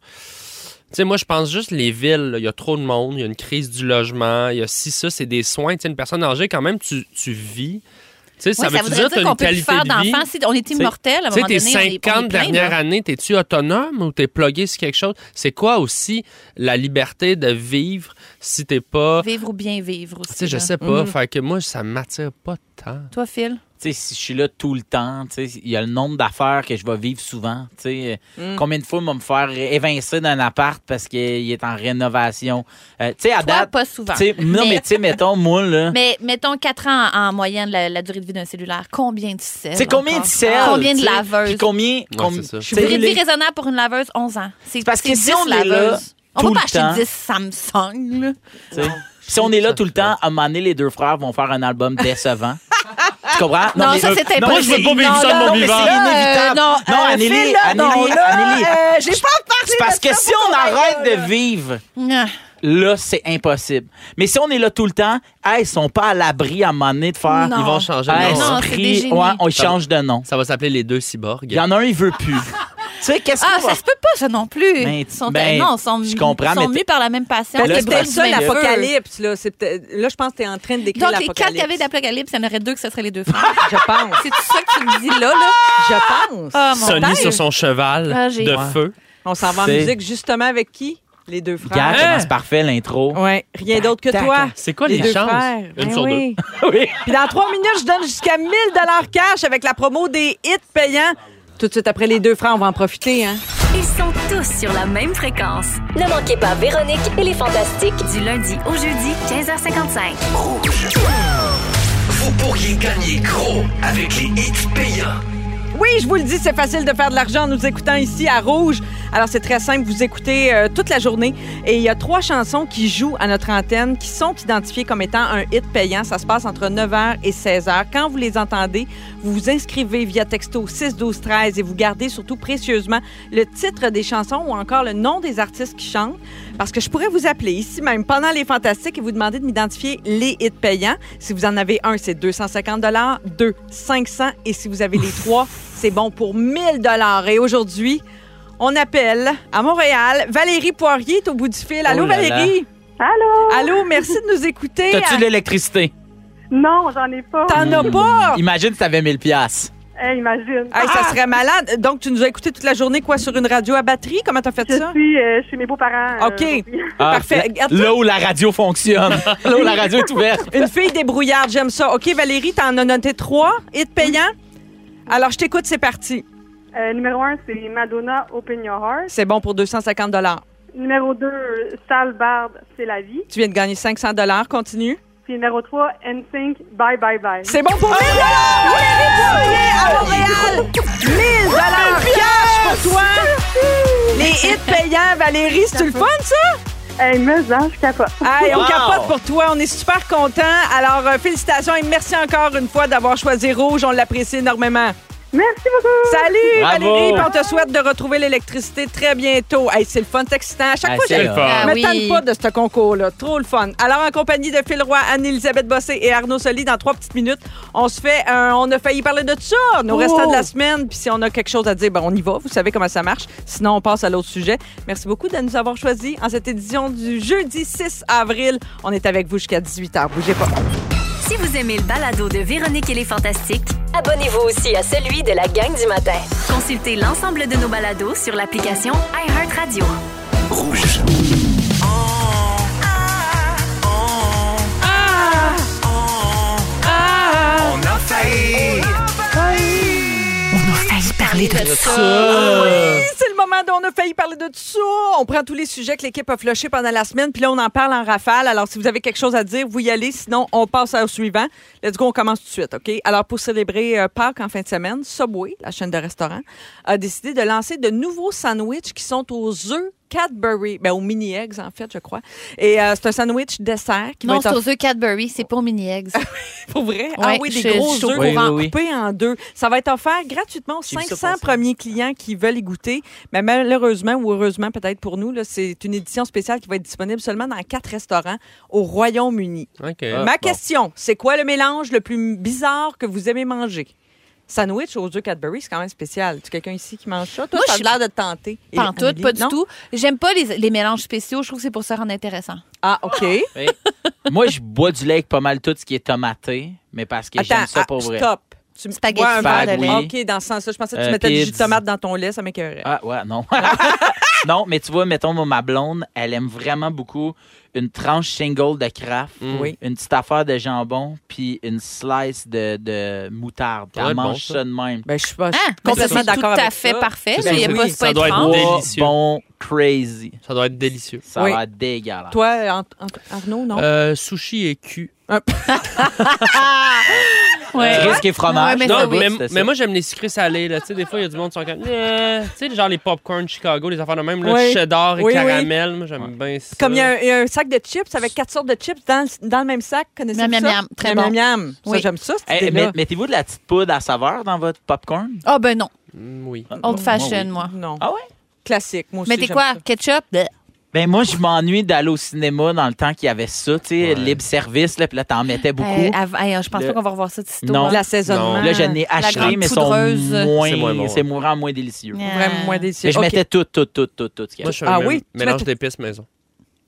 Tu sais, moi, je pense juste les villes, là, il y a trop de monde, il y a une crise du logement, il y a si ça, c'est des soins. Tu sais, une personne âgée, quand même, tu, tu vis. Tu sais, ça Oui, veut voudrait dire que tu as qu'on une peut plus qualité faire de vie. d'enfants. Si on est immortel, à un Tu sais, moment tes donné, on est- on est cinquante plein, dernières là. années, t'es-tu autonome ou t'es plugué sur quelque chose? C'est quoi aussi la liberté de vivre si t'es pas... Vivre ou bien vivre aussi. Tu sais, je là. sais pas. Mhm. Fait que moi, ça m'attire pas tant. Toi, Phil? Tu sais, si je suis là tout le temps, tu sais, il y a le nombre d'affaires que je vais vivre souvent. Tu sais, Mm. combien de fois on va me faire évincer d'un appart parce qu'il est en rénovation. Euh, tu sais, à Toi, date, pas souvent. tu sais, non, Mais- mais tu sais, mettons, moi, là, Mais mettons quatre ans en moyenne, la, la durée de vie d'un cellulaire. Combien de sels? c'est combien encore? de selles? Combien de tu sais, laveuses? puis combien... com- c'est ça. tu sais, Durée de vie les- raisonnable pour une laveuse, onze ans. C'est parce que c'est si dix on est là laveuses. On tout va pas le acheter temps- dix Samsung, là. tu sais. Si on est là tout le temps, à un moment donné, les deux frères vont faire un album décevant. Tu comprends? Non, mais- ça, c'est non, impossible. moi, je veux pas vivre Non, ça de non, mon non, vivant. mais c'est inévitable. euh, non, non, euh, Anneli, Phil, là, Anneli, non, là, Anneli. Euh, j'ai pas parlé C'est parce de que ça si pour on ton arrête radio, là. de vivre, Ah. là, c'est impossible. Mais si on est là tout le temps, hey, ils sont pas à l'abri à un moment donné de faire... Non. Ils vont changer de Hey, nom. Non, hein. c'est esprit, des génies. ouais, on Ça- change de nom. Ça va s'appeler les deux cyborgs. Il y en a un, il veut plus. Tu sais, qu'est-ce Ah, qu'on va ça se peut pas, ça non plus. Ben, Ils sont, ben, non, ils sont, je comprends, ils sont mais mus par la même passion. Parce Là, que C'est c'est c'était pas ça, du même feu. l'apocalypse. Là, C'est peut-être- là, je pense que tu es en train de décrire Donc, les quatre l'apocalypse. qui avaient d'apocalypse, il y en aurait deux que ce seraient les deux frères. Je pense. C'est tout ça que tu me dis là, là? Je pense. Ah, mon Sonny père. sur son cheval Ah, j'ai- de Ouais. feu. On s'en va en C'est- musique justement avec qui? Les deux frères. Gars, Hein? comment c'est parfait l'intro. Ouais, rien d'autre que Tac, toi. tac. C'est quoi les, les deux chances? frères. Une Ben sur oui. Oui. Puis dans trois minutes, je donne jusqu'à mille dollars cash avec la promo des hits payants. Tout de suite après les deux frères, on va en profiter, hein? Ils sont tous sur la même fréquence. Ne manquez pas Véronique et les Fantastiques du lundi au jeudi, quinze heures cinquante-cinq. Rouge. Vous pourriez gagner gros avec les hits payants. Oui, je vous le dis, c'est facile de faire de l'argent en nous écoutant ici à Rouge. Alors, c'est très simple. Vous écoutez euh, toute la journée et il y a trois chansons qui jouent à notre antenne qui sont identifiées comme étant un hit payant. Ça se passe entre neuf heures et seize heures. Quand vous les entendez, vous vous inscrivez via texto six douze treize et vous gardez surtout précieusement le titre des chansons ou encore le nom des artistes qui chantent. Parce que je pourrais vous appeler ici même pendant les Fantastiques et vous demander de m'identifier les hits payants. Si vous en avez un, c'est deux cent cinquante dollars, deux, cinq cents et si vous avez les trois, c'est bon pour mille dollars. Et aujourd'hui, on appelle à Montréal Valérie Poirier est au bout du fil. Allô, Oh là Valérie? Allô? Allô, merci de nous écouter. T'as-tu de l'électricité? Non, j'en ai pas. T'en as pas? Imagine si t'avais mille piastres. Hey, imagine. Hey, ça serait malade. Donc, tu nous as écouté toute la journée, quoi, sur une radio à batterie? Comment t'as fait Je ça? suis euh, chez mes beaux-parents. euh, OK. aujourd'hui. Ah, Parfait. là- Regarde ça. Là où la radio fonctionne. Là où la radio est ouverte. Une fille débrouillarde, j'aime ça. OK, Valérie, t'en as noté trois hits payants? Alors, je t'écoute, c'est parti. Euh, numéro un, c'est Madonna, Open Your Heart. C'est bon pour deux cent cinquante dollars. Numéro deux, Sal Bard, C'est la vie. Tu viens de gagner cinq cents dollars. Continue. Puis numéro trois, N Sync, Bye Bye Bye. C'est bon pour mille dollars! Valérie Poirier à Montréal! mille dollars cash pour toi! Les hits payants, Valérie, c'est-tu le fun, ça? Hey, mais hein, je capote. Hey, on Wow! capote pour toi. On est super contents. Alors, euh, félicitations et merci encore une fois d'avoir choisi Rouge. On l'apprécie énormément. Merci beaucoup. Salut, Bravo. Valérie. Puis on te souhaite de retrouver l'électricité très bientôt. Hey, c'est le fun, c'est excitant. À chaque Ah, fois, c'est je le fun. ne Ah m'étonne oui. pas de ce concours-là. Trop le fun. Alors, en compagnie de Phil Roy, Anne-Élisabeth Bossé et Arnaud Soli, dans trois petites minutes, on se fait un... On a failli parler de ça, nos Oh. restants de la semaine. Puis si on a quelque chose à dire, ben on y va. Vous savez comment ça marche. Sinon, on passe à l'autre sujet. Merci beaucoup de nous avoir choisis en cette édition du jeudi six avril. On est avec vous jusqu'à dix-huit heures. Bougez pas. Si vous aimez le balado de Véronique et les Fantastiques, abonnez-vous aussi à celui de la gang du matin. Consultez l'ensemble de nos balados sur l'application iHeartRadio. Rouge. On a failli. Parler de ça. Oui, c'est le moment dont on a failli parler de tout ça. On prend tous les sujets que l'équipe a flushés pendant la semaine, puis là, on en parle en rafale. Alors, si vous avez quelque chose à dire, vous y allez. Sinon, on passe au suivant. Let's go, on commence tout de suite, OK? Alors, pour célébrer euh, Pâques en fin de semaine, Subway, la chaîne de restaurants, a décidé de lancer de nouveaux sandwichs qui sont aux œufs Cadbury, ben aux mini eggs en fait, je crois. Et euh, c'est un sandwich dessert qui Non, va c'est être aux œufs Cadbury, c'est pas aux mini eggs. pour vrai. Ah Ouais, oui, des je- gros je suis au œufs courant. Oui, oui, oui. coupés en deux. Ça va être offert gratuitement aux J'ai vu ça cinq cents passer. premiers clients qui veulent y goûter. Mais malheureusement ou heureusement peut-être pour nous, là, c'est une édition spéciale qui va être disponible seulement dans quatre restaurants au Royaume-Uni. OK. Ah, Ma bon. question, c'est quoi le mélange le plus bizarre que vous aimez manger? Sandwich aux œufs Cadbury, c'est quand même spécial. Tu quelqu'un ici qui mange ça? Toi, Moi, ça a je- l'air de te tenter. Et Pas en tout, Amélie, pas du non? tout. J'aime pas les, les mélanges spéciaux. Je trouve que c'est pour ça rendre intéressant. Ah, OK. Oui. Moi, je bois du lait avec pas mal tout ce qui est tomaté, mais parce que j'aime ça ah, pour vrai. stop. Tu me Spaghetti bois un verre de Spag, lait. oui. OK, dans ce sens-là. Je pensais que tu Euh, mettais du jus de pizza. tomate dans ton lait. Ça m'écœurait. Ah, ouais, non. Non, mais tu vois, mettons, moi, ma blonde, elle aime vraiment beaucoup une tranche single de Kraft, Mm. Oui. une petite affaire de jambon, puis une slice de, de moutarde. Ça doit Elle être mange bon, ça de même. Ben, je suis pas je Ah, suis mais complètement c'est d'accord tout à avec fait ça. parfait. C'est Ça, y a oui. pas, c'est pas Ça doit être étrange. bon. Pas délicieux. bon, crazy. Ça doit être délicieux. Ça Oui. va être dégueulasse. Toi, Ant- Ant- Arnaud, non? Euh, sushi et cul. Ouais. Risque et fromage. Ouais, mais Non, ça, oui. mais, C'était ça. mais moi, j'aime les sucrés salés. Là. Tu sais, des fois, il y a du monde qui sont comme. Eh. Tu sais, genre les popcorn Chicago, les affaires de même. Là, Oui. cheddar et Oui, oui. caramel. Moi, j'aime bien ça. Comme il y, a un- il y a un sac de chips avec quatre sortes de chips dans, le- dans le même sac. Connaissez-vous Miam, ça? miam, miam. Très Miam, bon. miam, miam. Ça, Oui. j'aime ça, cette Hey, idée-là. mais- mettez-vous de la petite poudre à saveur dans votre popcorn? Ah, ben non. Mm, oui. Old fashion, oui. moi. Non. Ah ouais? Classique, moi aussi, Mettez j'aime quoi? ça. Ketchup? Bleh. Ben moi, je m'ennuie d'aller au cinéma dans le temps qu'il y avait ça, tu sais, Ouais. libre service, là, puis là, t'en mettais beaucoup. Euh, av- hey, je pense Le- pas qu'on va revoir ça d'ici tôt, Non. hein. L'assaisonnement. Non. Là, je n'ai acheté, grande mais sont poudreuse. moins, C'est moins bon, c'est ouais. vraiment moins délicieux. Yeah. Vraiment moins délicieux. Mais je OK. mettais tout, tout, tout, tout, tout ce qu'il y Moi, avait. je fais Ah un oui? mé- Tu mélange mets- d'épices maison.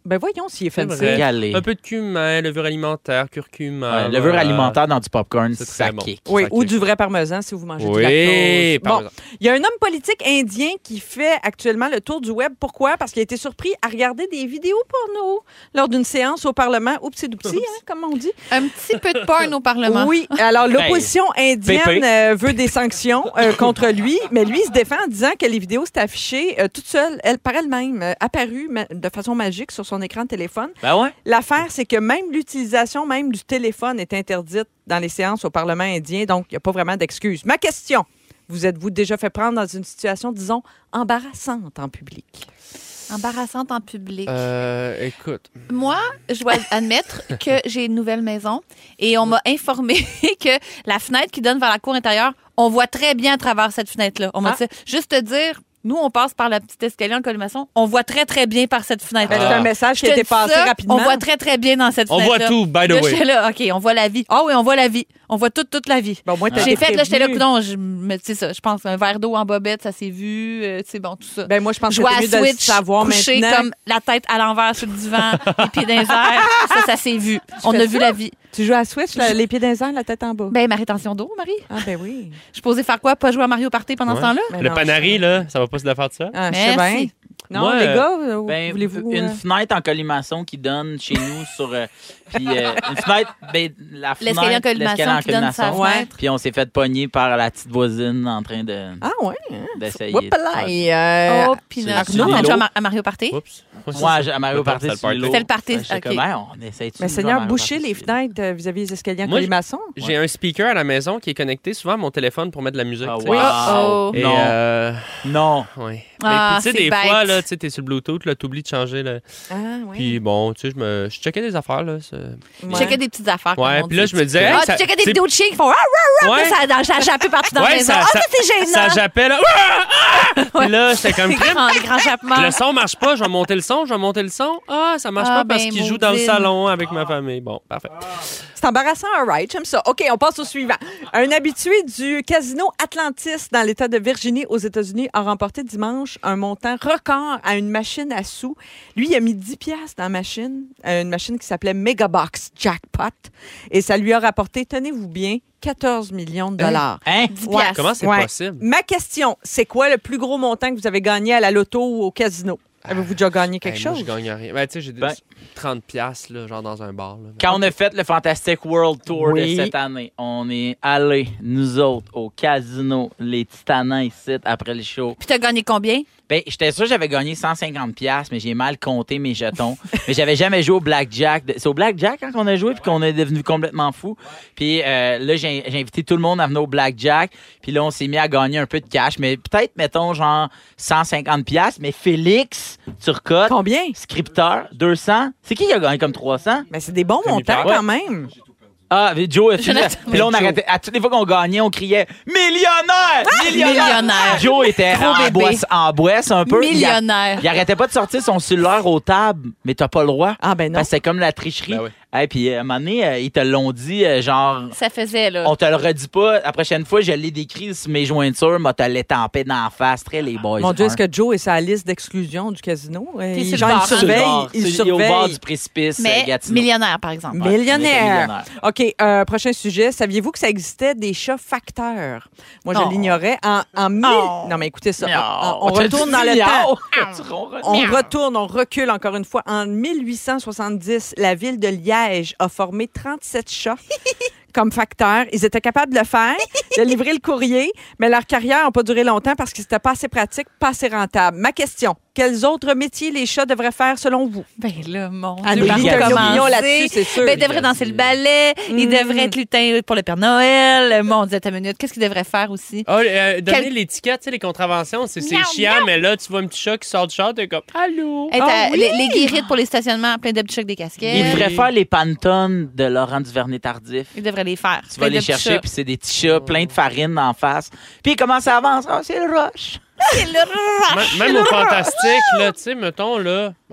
Ben voyons s'il est C'est fancy. vrai. Régalé. Un peu de cumin, levure alimentaire, curcuma. Ouais, levure voilà. alimentaire dans du popcorn, C'est ça très bon. kick. Oui, Ça ou kick. du vrai parmesan si vous mangez du Oui, lactose. Bon, parmesan. il y a un homme politique indien qui fait actuellement le tour du web. Pourquoi? Parce qu'il a été surpris à regarder des vidéos porno lors d'une séance au Parlement. Oupsie doupsie, hein, comme on dit. Un petit peu de porn au Parlement. Oui, alors l'opposition indienne pépé. euh, veut des sanctions euh, contre lui, mais lui il se défend en disant que les vidéos s'étaient affichées euh, toutes seules, elle, par elle-même, euh, apparues ma- de façon magique sur son écran de téléphone. Ben ouais. L'affaire, c'est que même l'utilisation même du téléphone est interdite dans les séances au Parlement indien, donc il n'y a pas vraiment d'excuse. Ma question, vous êtes-vous déjà fait prendre dans une situation, disons, embarrassante en public? Embarrassante en public. Euh, écoute. Moi, je dois admettre que j'ai une nouvelle maison et on m'a informé que la fenêtre qui donne vers la cour intérieure, on voit très bien à travers cette fenêtre-là. On m'a Ah. dit, juste te dire, nous, on passe par la petite escalier en colimaçon, on voit très, très bien par cette Ben, fenêtre-là. c'est un message qui Je a te été dis passé ça, rapidement. On voit très, très bien dans cette On fenêtre-là. voit tout, by the Là, way. j'étais là, OK, on voit la vie. Ah oui, on voit la vie. On voit toute, toute la vie. Bon, moi, t'as J'ai été fait, là, j'étais là, prévenu. non, je me tu sais ça, je pense, un verre d'eau en bobette, ça s'est vu, euh, tu sais, bon, tout ça. Ben, moi, je pense que Jouer c'est à mieux de le Switch, savoir coucher maintenant. comme la tête à l'envers sur le divan, les pieds dans les airs, ça, ça s'est vu. On fais a vu ça? la vie. Tu joues à Switch, là, les pieds dans les airs, la tête en bas. Ben, ma rétention d'eau, Marie. Ah, ben oui. Je suis posée faire quoi? Pas jouer à Mario Party pendant Ouais. ce temps-là? Ben Le non, panari, là, ça va pas se le faire de ça? Ah, je sais bien. Merci. Non, Moi, les euh, gars, euh, Ben, voulez-vous... une euh, fenêtre en colimaçon qui donne chez nous sur. euh, puis euh, une fenêtre, ben, la fenêtre. L'escalier en colimaçon l'escalier en qui donne sa colimaçon. fenêtre. Puis on s'est fait pogner par la petite voisine en train de Ah, ouais. d'essayer. de Whoopala. faire- Euh, Oh, puis là, sur on a l'îlot. joué à Mar- à Mario Party. Oups. Moi, à Mario C'était Party le sur party. l'îlot. C'était le party, J'étais ok. comme, Hey, on essaie de Mais jouer à Seigneur, Mario bouchez Party les sur fenêtres euh, vis-à-vis des escaliers en Moi, colimaçon. J'ai un speaker à la maison qui est connecté souvent à mon téléphone pour mettre de la musique. Ah, tu sais. wow. Oh, oh. Et, Non. euh, Non. ouais. Ah, Mais puis, tu sais, c'est des bête. fois, là, tu sais, t'es sur le Bluetooth, là, t'oublies de changer, là. Ah, oui. Puis bon, tu sais, je me, je checkais des affaires, là. c'est- Je checkais des petites affaires. Ouais, comme on puis là, dit. je me disais, Ah, hey, tu ça- checkais des c'est- vidéos de chiens qui font. Ah, ah, ah, Ouais. puis ça, ça a jappé partout dans la Ouais, maison. ça, Ah, ça, ça, c'est gênant. ça jappait, là. Ah! Ah! Puis là, j'étais comme Les grands, les grands jappements. Le son marche pas, je vais monter le son, je vais monter le son. Ah, ça marche Ah, pas parce ben, qu'il joue dans le maudine. salon avec ma famille. Bon, parfait. C'est embarrassant, all right, j'aime ça. OK, on passe au suivant. Un habitué du casino Atlantis dans l'État de Virginie aux États-Unis a remporté dimanche un montant record à une machine à sous. Lui, il a mis dix piastres dans la machine, euh, une machine qui s'appelait Megabox Jackpot. Et ça lui a rapporté, tenez-vous bien, quatorze millions de dollars. Hein? dix Ouais. piastres. Comment c'est Ouais. possible? Ma question, c'est quoi le plus gros montant que vous avez gagné à la loto ou au casino? Avez-vous déjà gagné quelque Hey, moi, chose? je gagne rien. Ben, tu sais, j'ai des Ben- trente piastres, là, genre dans un bar. Là. Quand on a fait le Fantastic World Tour Oui. de cette année, on est allés, nous autres, au casino, les Titanins ici, après le show. Puis t'as gagné combien? Ben, j'étais sûr que j'avais gagné cent cinquante piastres, mais j'ai mal compté mes jetons. Mais j'avais jamais joué au blackjack. C'est au blackjack hein, qu'on a joué puis qu'on est devenu complètement fou. Puis euh, là, j'ai, j'ai invité tout le monde à venir au blackjack. Puis là, on s'est mis à gagner un peu de cash. Mais peut-être, mettons, genre cent cinquante piastres. Mais Félix Turcotte, Combien? scripteur, deux cents. C'est qui qui a gagné comme trois cents? Mais c'est des bons Rémi montants Pierre. quand même. Ah, mais Joe, Jonathan. puis là, on Joe. arrêtait. À toutes les fois qu'on gagnait, on criait Millionnaire! Millionnaire. Joe était Gros en bébé. boisse, en boisse un peu. Il, a- Millionnaire. il arrêtait pas de sortir son cellulaire aux tables, mais t'as pas le droit. Ah ben non. Parce que c'est comme la tricherie. Ben oui. Hey, puis euh, à un moment donné, euh, ils te l'ont dit, euh, genre, Ça faisait, là. on te le redit pas. La prochaine fois, je l'ai décrit sur mes jointures, mais te l'étampé dans la face. Très les boys. Mon Dieu, est-ce hein. que Joe est sur la liste d'exclusion du casino? Euh, T'es il, sur le genre, il bord, hein? Sur le surveille. bord, Il sur- il est au bord surveille. du précipice, euh, Mais Gatineau. millionnaire, par exemple. Ouais, Millionnaire. millionnaire. OK, euh, prochain sujet. Saviez-vous que ça existait des chats facteurs? Moi, je Oh. l'ignorais. En, en mille... Oh. Non, mais écoutez ça. Miaou. On, on- on T'as retourne dit dans le miaou? temps. Tu ronronnes. On retourne, on recule encore une fois. En mille huit cent soixante-dix, la ville de Liège a formé trente-sept chats comme facteurs. Ils étaient capables de le faire, de livrer le courrier, mais leur carrière n'a pas duré longtemps parce que c'était pas assez pratique, pas assez rentable. Ma question, quels autres métiers les chats devraient faire selon vous? Ben là, mon Ah, Dieu, des par millions, où commencer? millions là-dessus, c'est sûr. Ben, ils devraient danser le ballet, ils Mm. devraient être lutins pour le Père Noël. Mon Dieu, ta minute, qu'est-ce qu'ils devraient faire aussi? Ah, euh, donner Quel- l'étiquette, tu sais, les contraventions, c'est, c'est Miaou, chiant, miaou. mais là, tu vois un petit chat qui sort du chat, t'es comme allô? Être Ah à- oui! les, les guérites pour les stationnements, plein de petits chocs des casquettes. Il devrait faire les pantones de Laurent Duvernay-Tardif. Ils devraient les faire. Tu vas les chercher, puis c'est des petits chats pleins de farine en face. Puis comment ça avance? Ah, c'est le rush. c'est le Même- Même au fantastique, là, tu sais, mettons, là,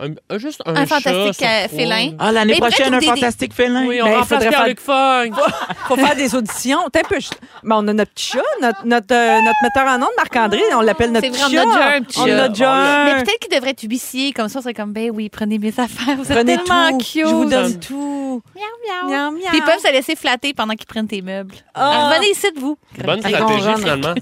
Un, un- juste un, Un chat fantastique sur euh, trois. félin. Ah, l'année Mais prochaine, peut-être un des- fantastique félin. Oui, on Ben, il remplace faudrait Pierre-Luc Funk. Faut faire des auditions. T'es un peu. Ben, on a notre petit chat, notre, notre, euh, notre metteur en ondes, Marc-André, on l'appelle notre C'est petit vrai, chat. on a déjà un petit On chat. a déjà un. Mais peut-être qu'il devrait être huissier, comme ça, on serait comme, ben oui, prenez mes affaires, vous Prenez êtes tellement tout. cute. Je vous donne tout. Miaou, miaou. Miaou, miaou. Puis ils peuvent se laisser flatter pendant qu'ils prennent tes meubles. Ah. Alors, venez ici de vous. Bonne Avec stratégie, ronronne. finalement.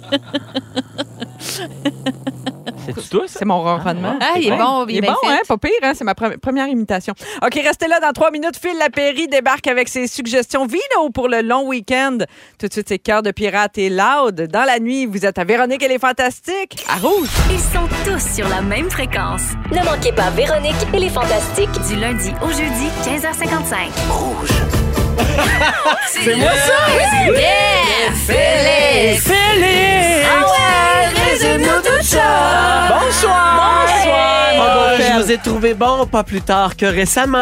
C'est toi, ça? C'est mon ronronnement. Ah, il est bon, il Il est est bien bon, fait. hein? Pas pire, hein? C'est ma pre- première imitation. OK, restez là dans trois minutes. Phil Lapéry débarque avec ses suggestions vino pour le long week-end. Tout de suite, c'est Cœur de pirate et Loud. Dans la nuit, vous êtes à Véronique, elle est fantastique. À Rouge. Ils sont tous sur la même fréquence. Ne manquez pas Véronique et les Fantastiques du lundi au jeudi, quinze heures cinquante-cinq. Rouge. C'est moi ça! Yeah! Félix! Félix! Ah ouais! Résume-nous tout ça! Bonsoir! Bonsoir, mon beau Ah, Phil. je vous ai trouvé bon pas plus tard que récemment.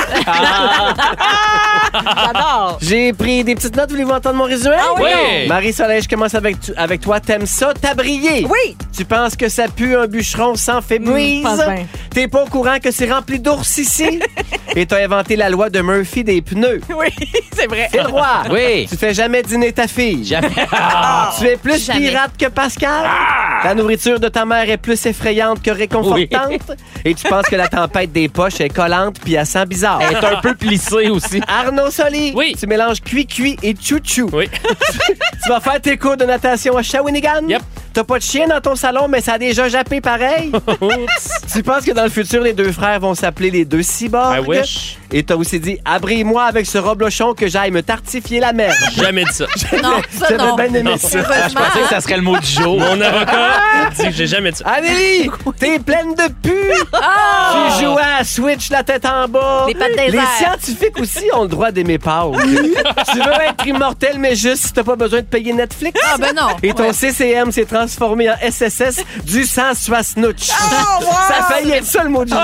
J'adore. J'ai pris des petites notes. Voulez-vous entendre mon résumé? Ah oui, Oui. Marie-Soleil, je commence avec, tu- avec toi. T'aimes ça? T'as brillé. Oui. Tu penses que ça pue un bûcheron sans fébrise? Mm, pense bien. T'es pas au courant que c'est rempli d'ours ici? Et t'as inventé la loi de Murphy des pneus. Oui, c'est vrai. Phil Roy. Oui. Tu fais jamais dîner ta fille. Jamais. Tu es plus Jamais. pirate que Pascal. La nourriture de ta mère est plus effrayante que réconfortante. Et tu penses que la tempête des poches est collante puis elle sent bizarre. Elle est un peu plissée aussi. Arnaud Soli, Oui. tu mélanges cuit-cuit et chou-chou. Oui. Tu vas faire tes cours de natation à Shawinigan. Yep. T'as pas de chien dans ton salon, mais ça a déjà jappé pareil. Tu penses que dans le futur, les deux frères vont s'appeler les deux cyborgs. I wish. Et t'as aussi dit, abrille-moi avec ce reblochon que j'aille me tartifier la merde. Jamais dit ça. Non, ça, J'avais non. bien aimé Non. ça. Je pensais que ça serait le mot du jour. Mon avocat dit que j'ai jamais dit ça. Amélie, t'es pleine de pu. Tu jouais à Switch la tête en bas. Les pattes des Les airs. scientifiques aussi ont le droit d'aimer Pâques. Tu veux être immortel, mais juste si t'as pas besoin de payer Netflix. Ah, ben non. Et ton Ouais. C C M s'est transformé en S S S du sang soit snooch. Ça a failli être ça le mot du jour.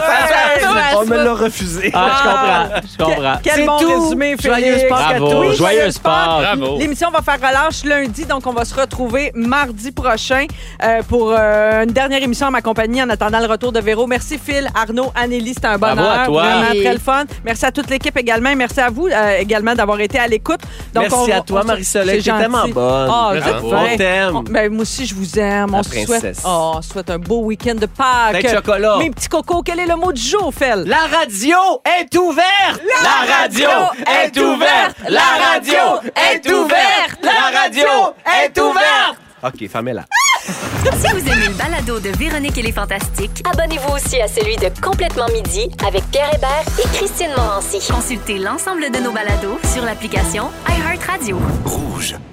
On me l'a refusé. Ah, je comprends. Je comprends. Quel C'est bon tout. résumé, Félix. Joyeuse Pâques à Bravo. tous. Joyeuse Pâques. Bravo. L'émission va faire relâche lundi, donc on va se retrouver mardi prochain euh, pour euh, une dernière émission à ma compagnie en attendant le retour de Véro. Merci Phil, Arnaud, Anneli, c'était un Bravo bonheur. à toi. Vraiment Oui. très le fun. Merci à toute l'équipe également. Merci à vous euh, également d'avoir été à l'écoute. Donc, Merci on va- à toi, on se- Marie-Soleil. c'est T'es tellement gentil. bonne. Ah, Bravo. je- On ben, t'aime. on- ben, moi aussi, je vous aime. La On se souhaite, princesse. oh, on se souhaite un beau week-end de Pâques. Avec chocolat. Mes petits cocos, quel est le mot du jour, Phil? La radio est ouverte! La radio est ouverte! La radio est ouverte! La radio est ouverte! OK, fermez-la. Si vous aimez le balado de Véronique et les Fantastiques, abonnez-vous aussi à celui de Complètement Midi avec Pierre Hébert et Christine Morancy. Consultez l'ensemble de nos balados sur l'application iHeartRadio. Rouge.